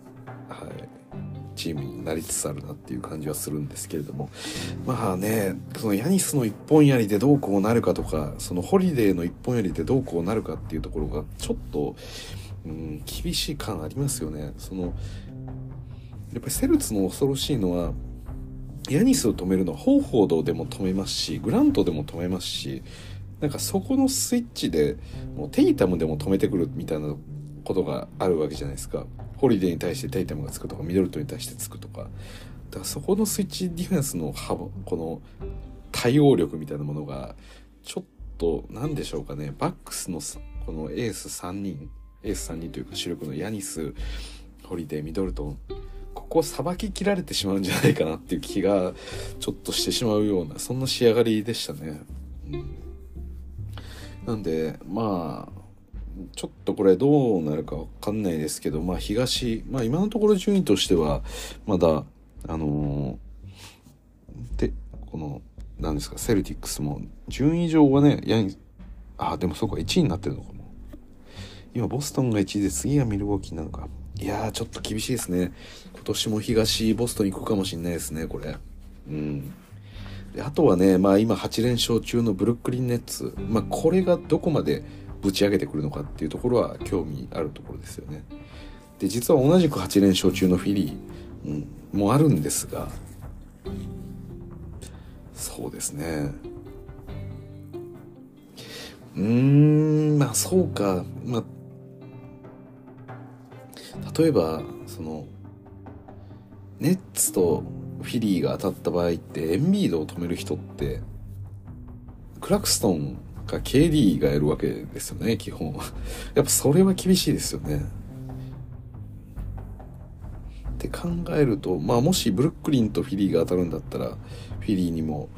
チームになりつつあるなっていう感じはするんですけれども、そのヤニスの一本槍でどうこうなるかとか、そのホリデーの一本槍でどうこうなるかっていうところがちょっと、厳しい感ありますよね。やっぱりセルツの恐ろしいのは、ヤニスを止めるのはホーフォードでも止めますし、グラントでも止めますし、そこのスイッチでもうテイタムでも止めてくるみたいなことがあるわけじゃないですか。ホリデーに対してテイタムがつくとか、ミドルトンに対してつくとか、だからそこのスイッチディフェンスのこの対応力みたいなものがちょっとなんでしょうかね。バックスのこのエース3人というか主力のヤニス、ホリデー、ミドルトン、ここをさばき切られてしまうんじゃないかなっていう気がちょっとしてしまうような、そんな仕上がりでしたね。なんでちょっとこれどうなるかわかんないですけど、東、今のところ順位としてはまだでこの何ですか、セルティックスも順位上はね、でもそうか、1位になってるのかも。今ボストンが1位で次がミルウォーキーなのか。いやーちょっと厳しいですね。今年も東ボストン行くかもしれないですね、これ。であとはね、今8連勝中のブルックリンネッツ、これがどこまでぶち上げてくるのかっていうところは興味あるところですよね。で実は同じく8連勝中のフィリー、もあるんですが、そうですね、そうか、例えばそのネッツとフィリーが当たった場合ってエンビードを止める人ってクラクストンか KD がやるわけですよね、基本。やっぱそれは厳しいですよね。って考えると、もしブルックリンとフィリーが当たるんだったらフィリーにも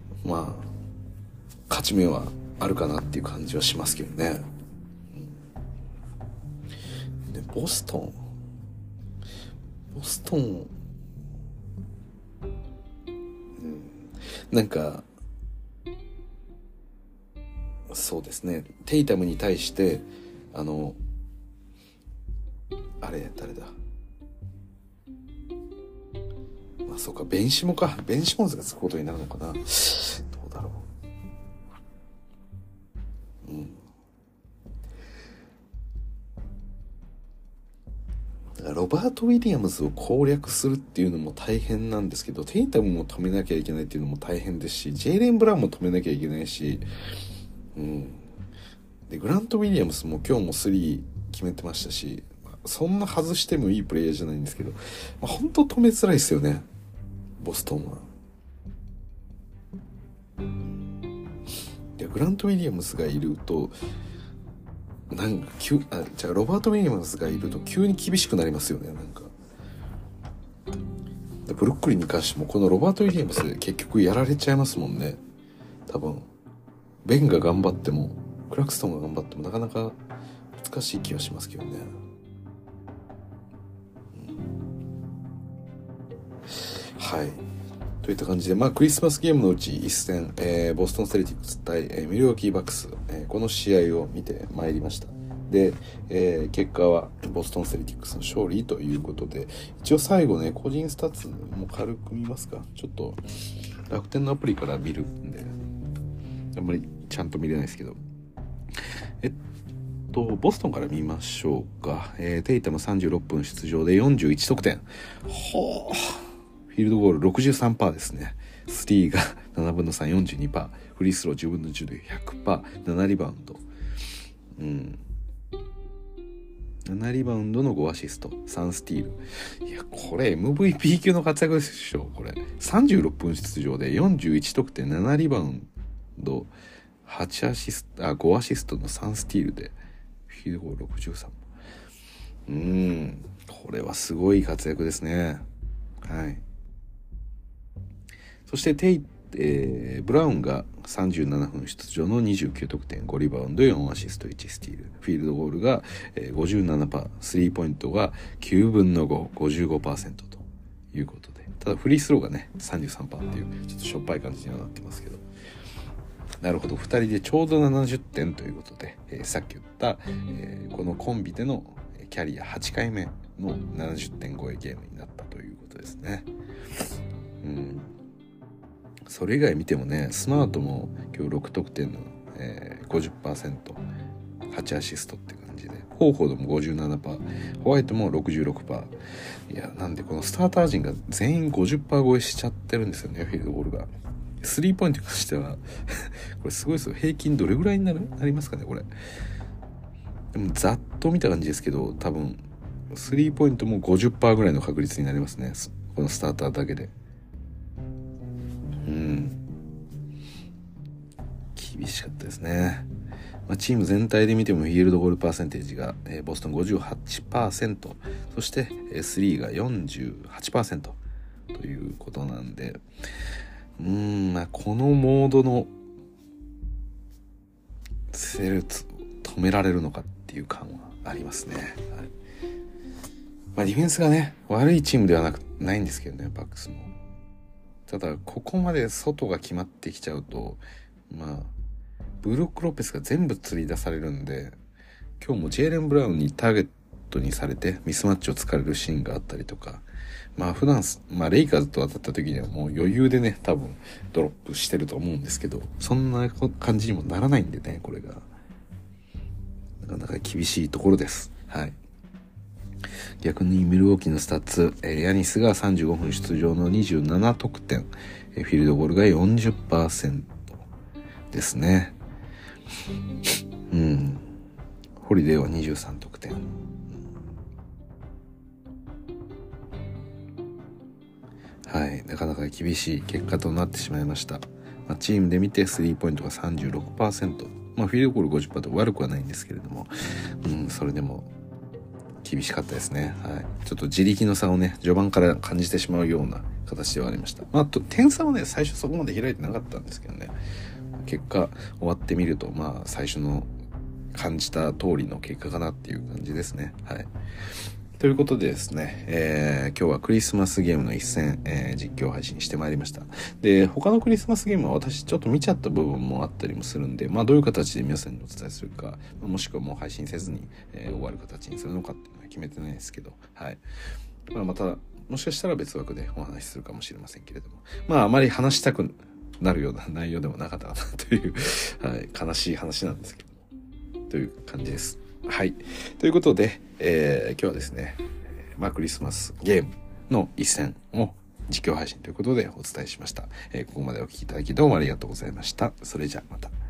勝ち目はあるかなっていう感じはしますけどね。でボストンそうですね、テイタムに対してあれ誰だ、そうか、ベンシモンズがつくことになるのかな。どうだろう。 だからロバート・ウィリアムズを攻略するっていうのも大変なんですけど、テイタムも止めなきゃいけないっていうのも大変ですし、ジェイレン・ブラウンも止めなきゃいけないし、でグラント・ウィリアムスも今日も3決めてましたし、そんな外してもいいプレイヤーじゃないんですけど、本当止めづらいですよね、ボストンは。グラント・ウィリアムスがいるとなんかロバート・ウィリアムスがいると急に厳しくなりますよね。なんかブルックリンに関してもこのロバート・ウィリアムス結局やられちゃいますもんね。多分ベンが頑張ってもクラクストンが頑張ってもなかなか難しい気はしますけどね。はい、といった感じで、クリスマスゲームのうち一戦、ボストンセルティックス対、ミルウォーキーバックス、この試合を見てまいりました。で、結果はボストンセルティックスの勝利ということで、一応最後ね、個人スタッツも軽く見ますか。ちょっと楽天のアプリから見るんであんまりちゃんと見れないですけど、ボストンから見ましょうか。テイタム36分出場で41得点。フィールドゴール 63% ですね。スリーが7分の3、42%。フリースロー10分の10で 100%。7リバウンド。7リバウンドの5アシスト。3スティール。いや、これ MVP 級の活躍でしょ、これ。36分出場で41得点、7リバウンド、5アシストの3スティールで、フィールドゴール63%。これはすごい活躍ですね。はい。そしてブラウンが37分出場の29得点、5リバウンド、4アシスト、1スティール。フィールドゴールが 57%、スリーポイントが9分の5、55% ということで。ただフリースローがね、33% っていう、ちょっとしょっぱい感じにはなってますけど。なるほど、2人でちょうど70点ということで、さっき言った、このコンビでのキャリア8回目の70点超えゲームになったということですね。それ以外見てもね、スマートも今日6得点の、50%、8アシストって感じで、ホーフォードも 57%、ホワイトも 66%。いや、なんでこのスターター陣が全員 50% 超えしちゃってるんですよね、フィールドゴールが。スリーポイントに関してはこれすごいですよ。平均どれぐらいになりますかね、これ。でもざっと見た感じですけど、多分スリーポイントも 50% ぐらいの確率になりますね、このスターターだけで。厳しかったですね。チーム全体で見てもフィールドゴールパーセンテージが、ボストン 58%、そしてスリーが 48% ということなんで、このモードのセルツ止められるのかっていう感はありますね。ディフェンスがね、悪いチームではないんですけどね、バックスも。ただここまで外が決まってきちゃうと、ブルック・ロペスが全部釣り出されるんで、今日もジェイレン・ブラウンにターゲットにされてミスマッチを突かれるシーンがあったりとか、普段レイカーズと当たった時にはもう余裕でね、多分ドロップしてると思うんですけど、そんな感じにもならないんでね、これがなかなか厳しいところです。はい。逆にミルウォーキーのスタッツ、ヤニスが35分出場の27得点、フィールドゴールが 40% ですね。ホリデーは23得点。はい、なかなか厳しい結果となってしまいました。チームで見てスリーポイントが 36%、フィールドゴール 50% と悪くはないんですけれども、それでも厳しかったですね。はい、ちょっと自力の差をね、序盤から感じてしまうような形ではありました。点差はね、最初そこまで開いてなかったんですけどね、結果終わってみると、最初の感じた通りの結果かなっていう感じですね。はい。ということでですね、今日はクリスマスゲームの一戦、実況配信してまいりました。で、他のクリスマスゲームは私ちょっと見ちゃった部分もあったりもするんで、どういう形で皆さんにお伝えするか、もしくはもう配信せずに、終わる形にするのかっていうのは決めてないですけど、はい。また、もしかしたら別枠でお話しするかもしれませんけれども、あまり話したくなるような内容でもなかったかなという、はい、悲しい話なんですけど、という感じです。はい。ということで、今日はですね、 クリスマスゲームの一戦を実況配信ということでお伝えしました。ここまでお聞きいただきどうもありがとうございました。それじゃあまた。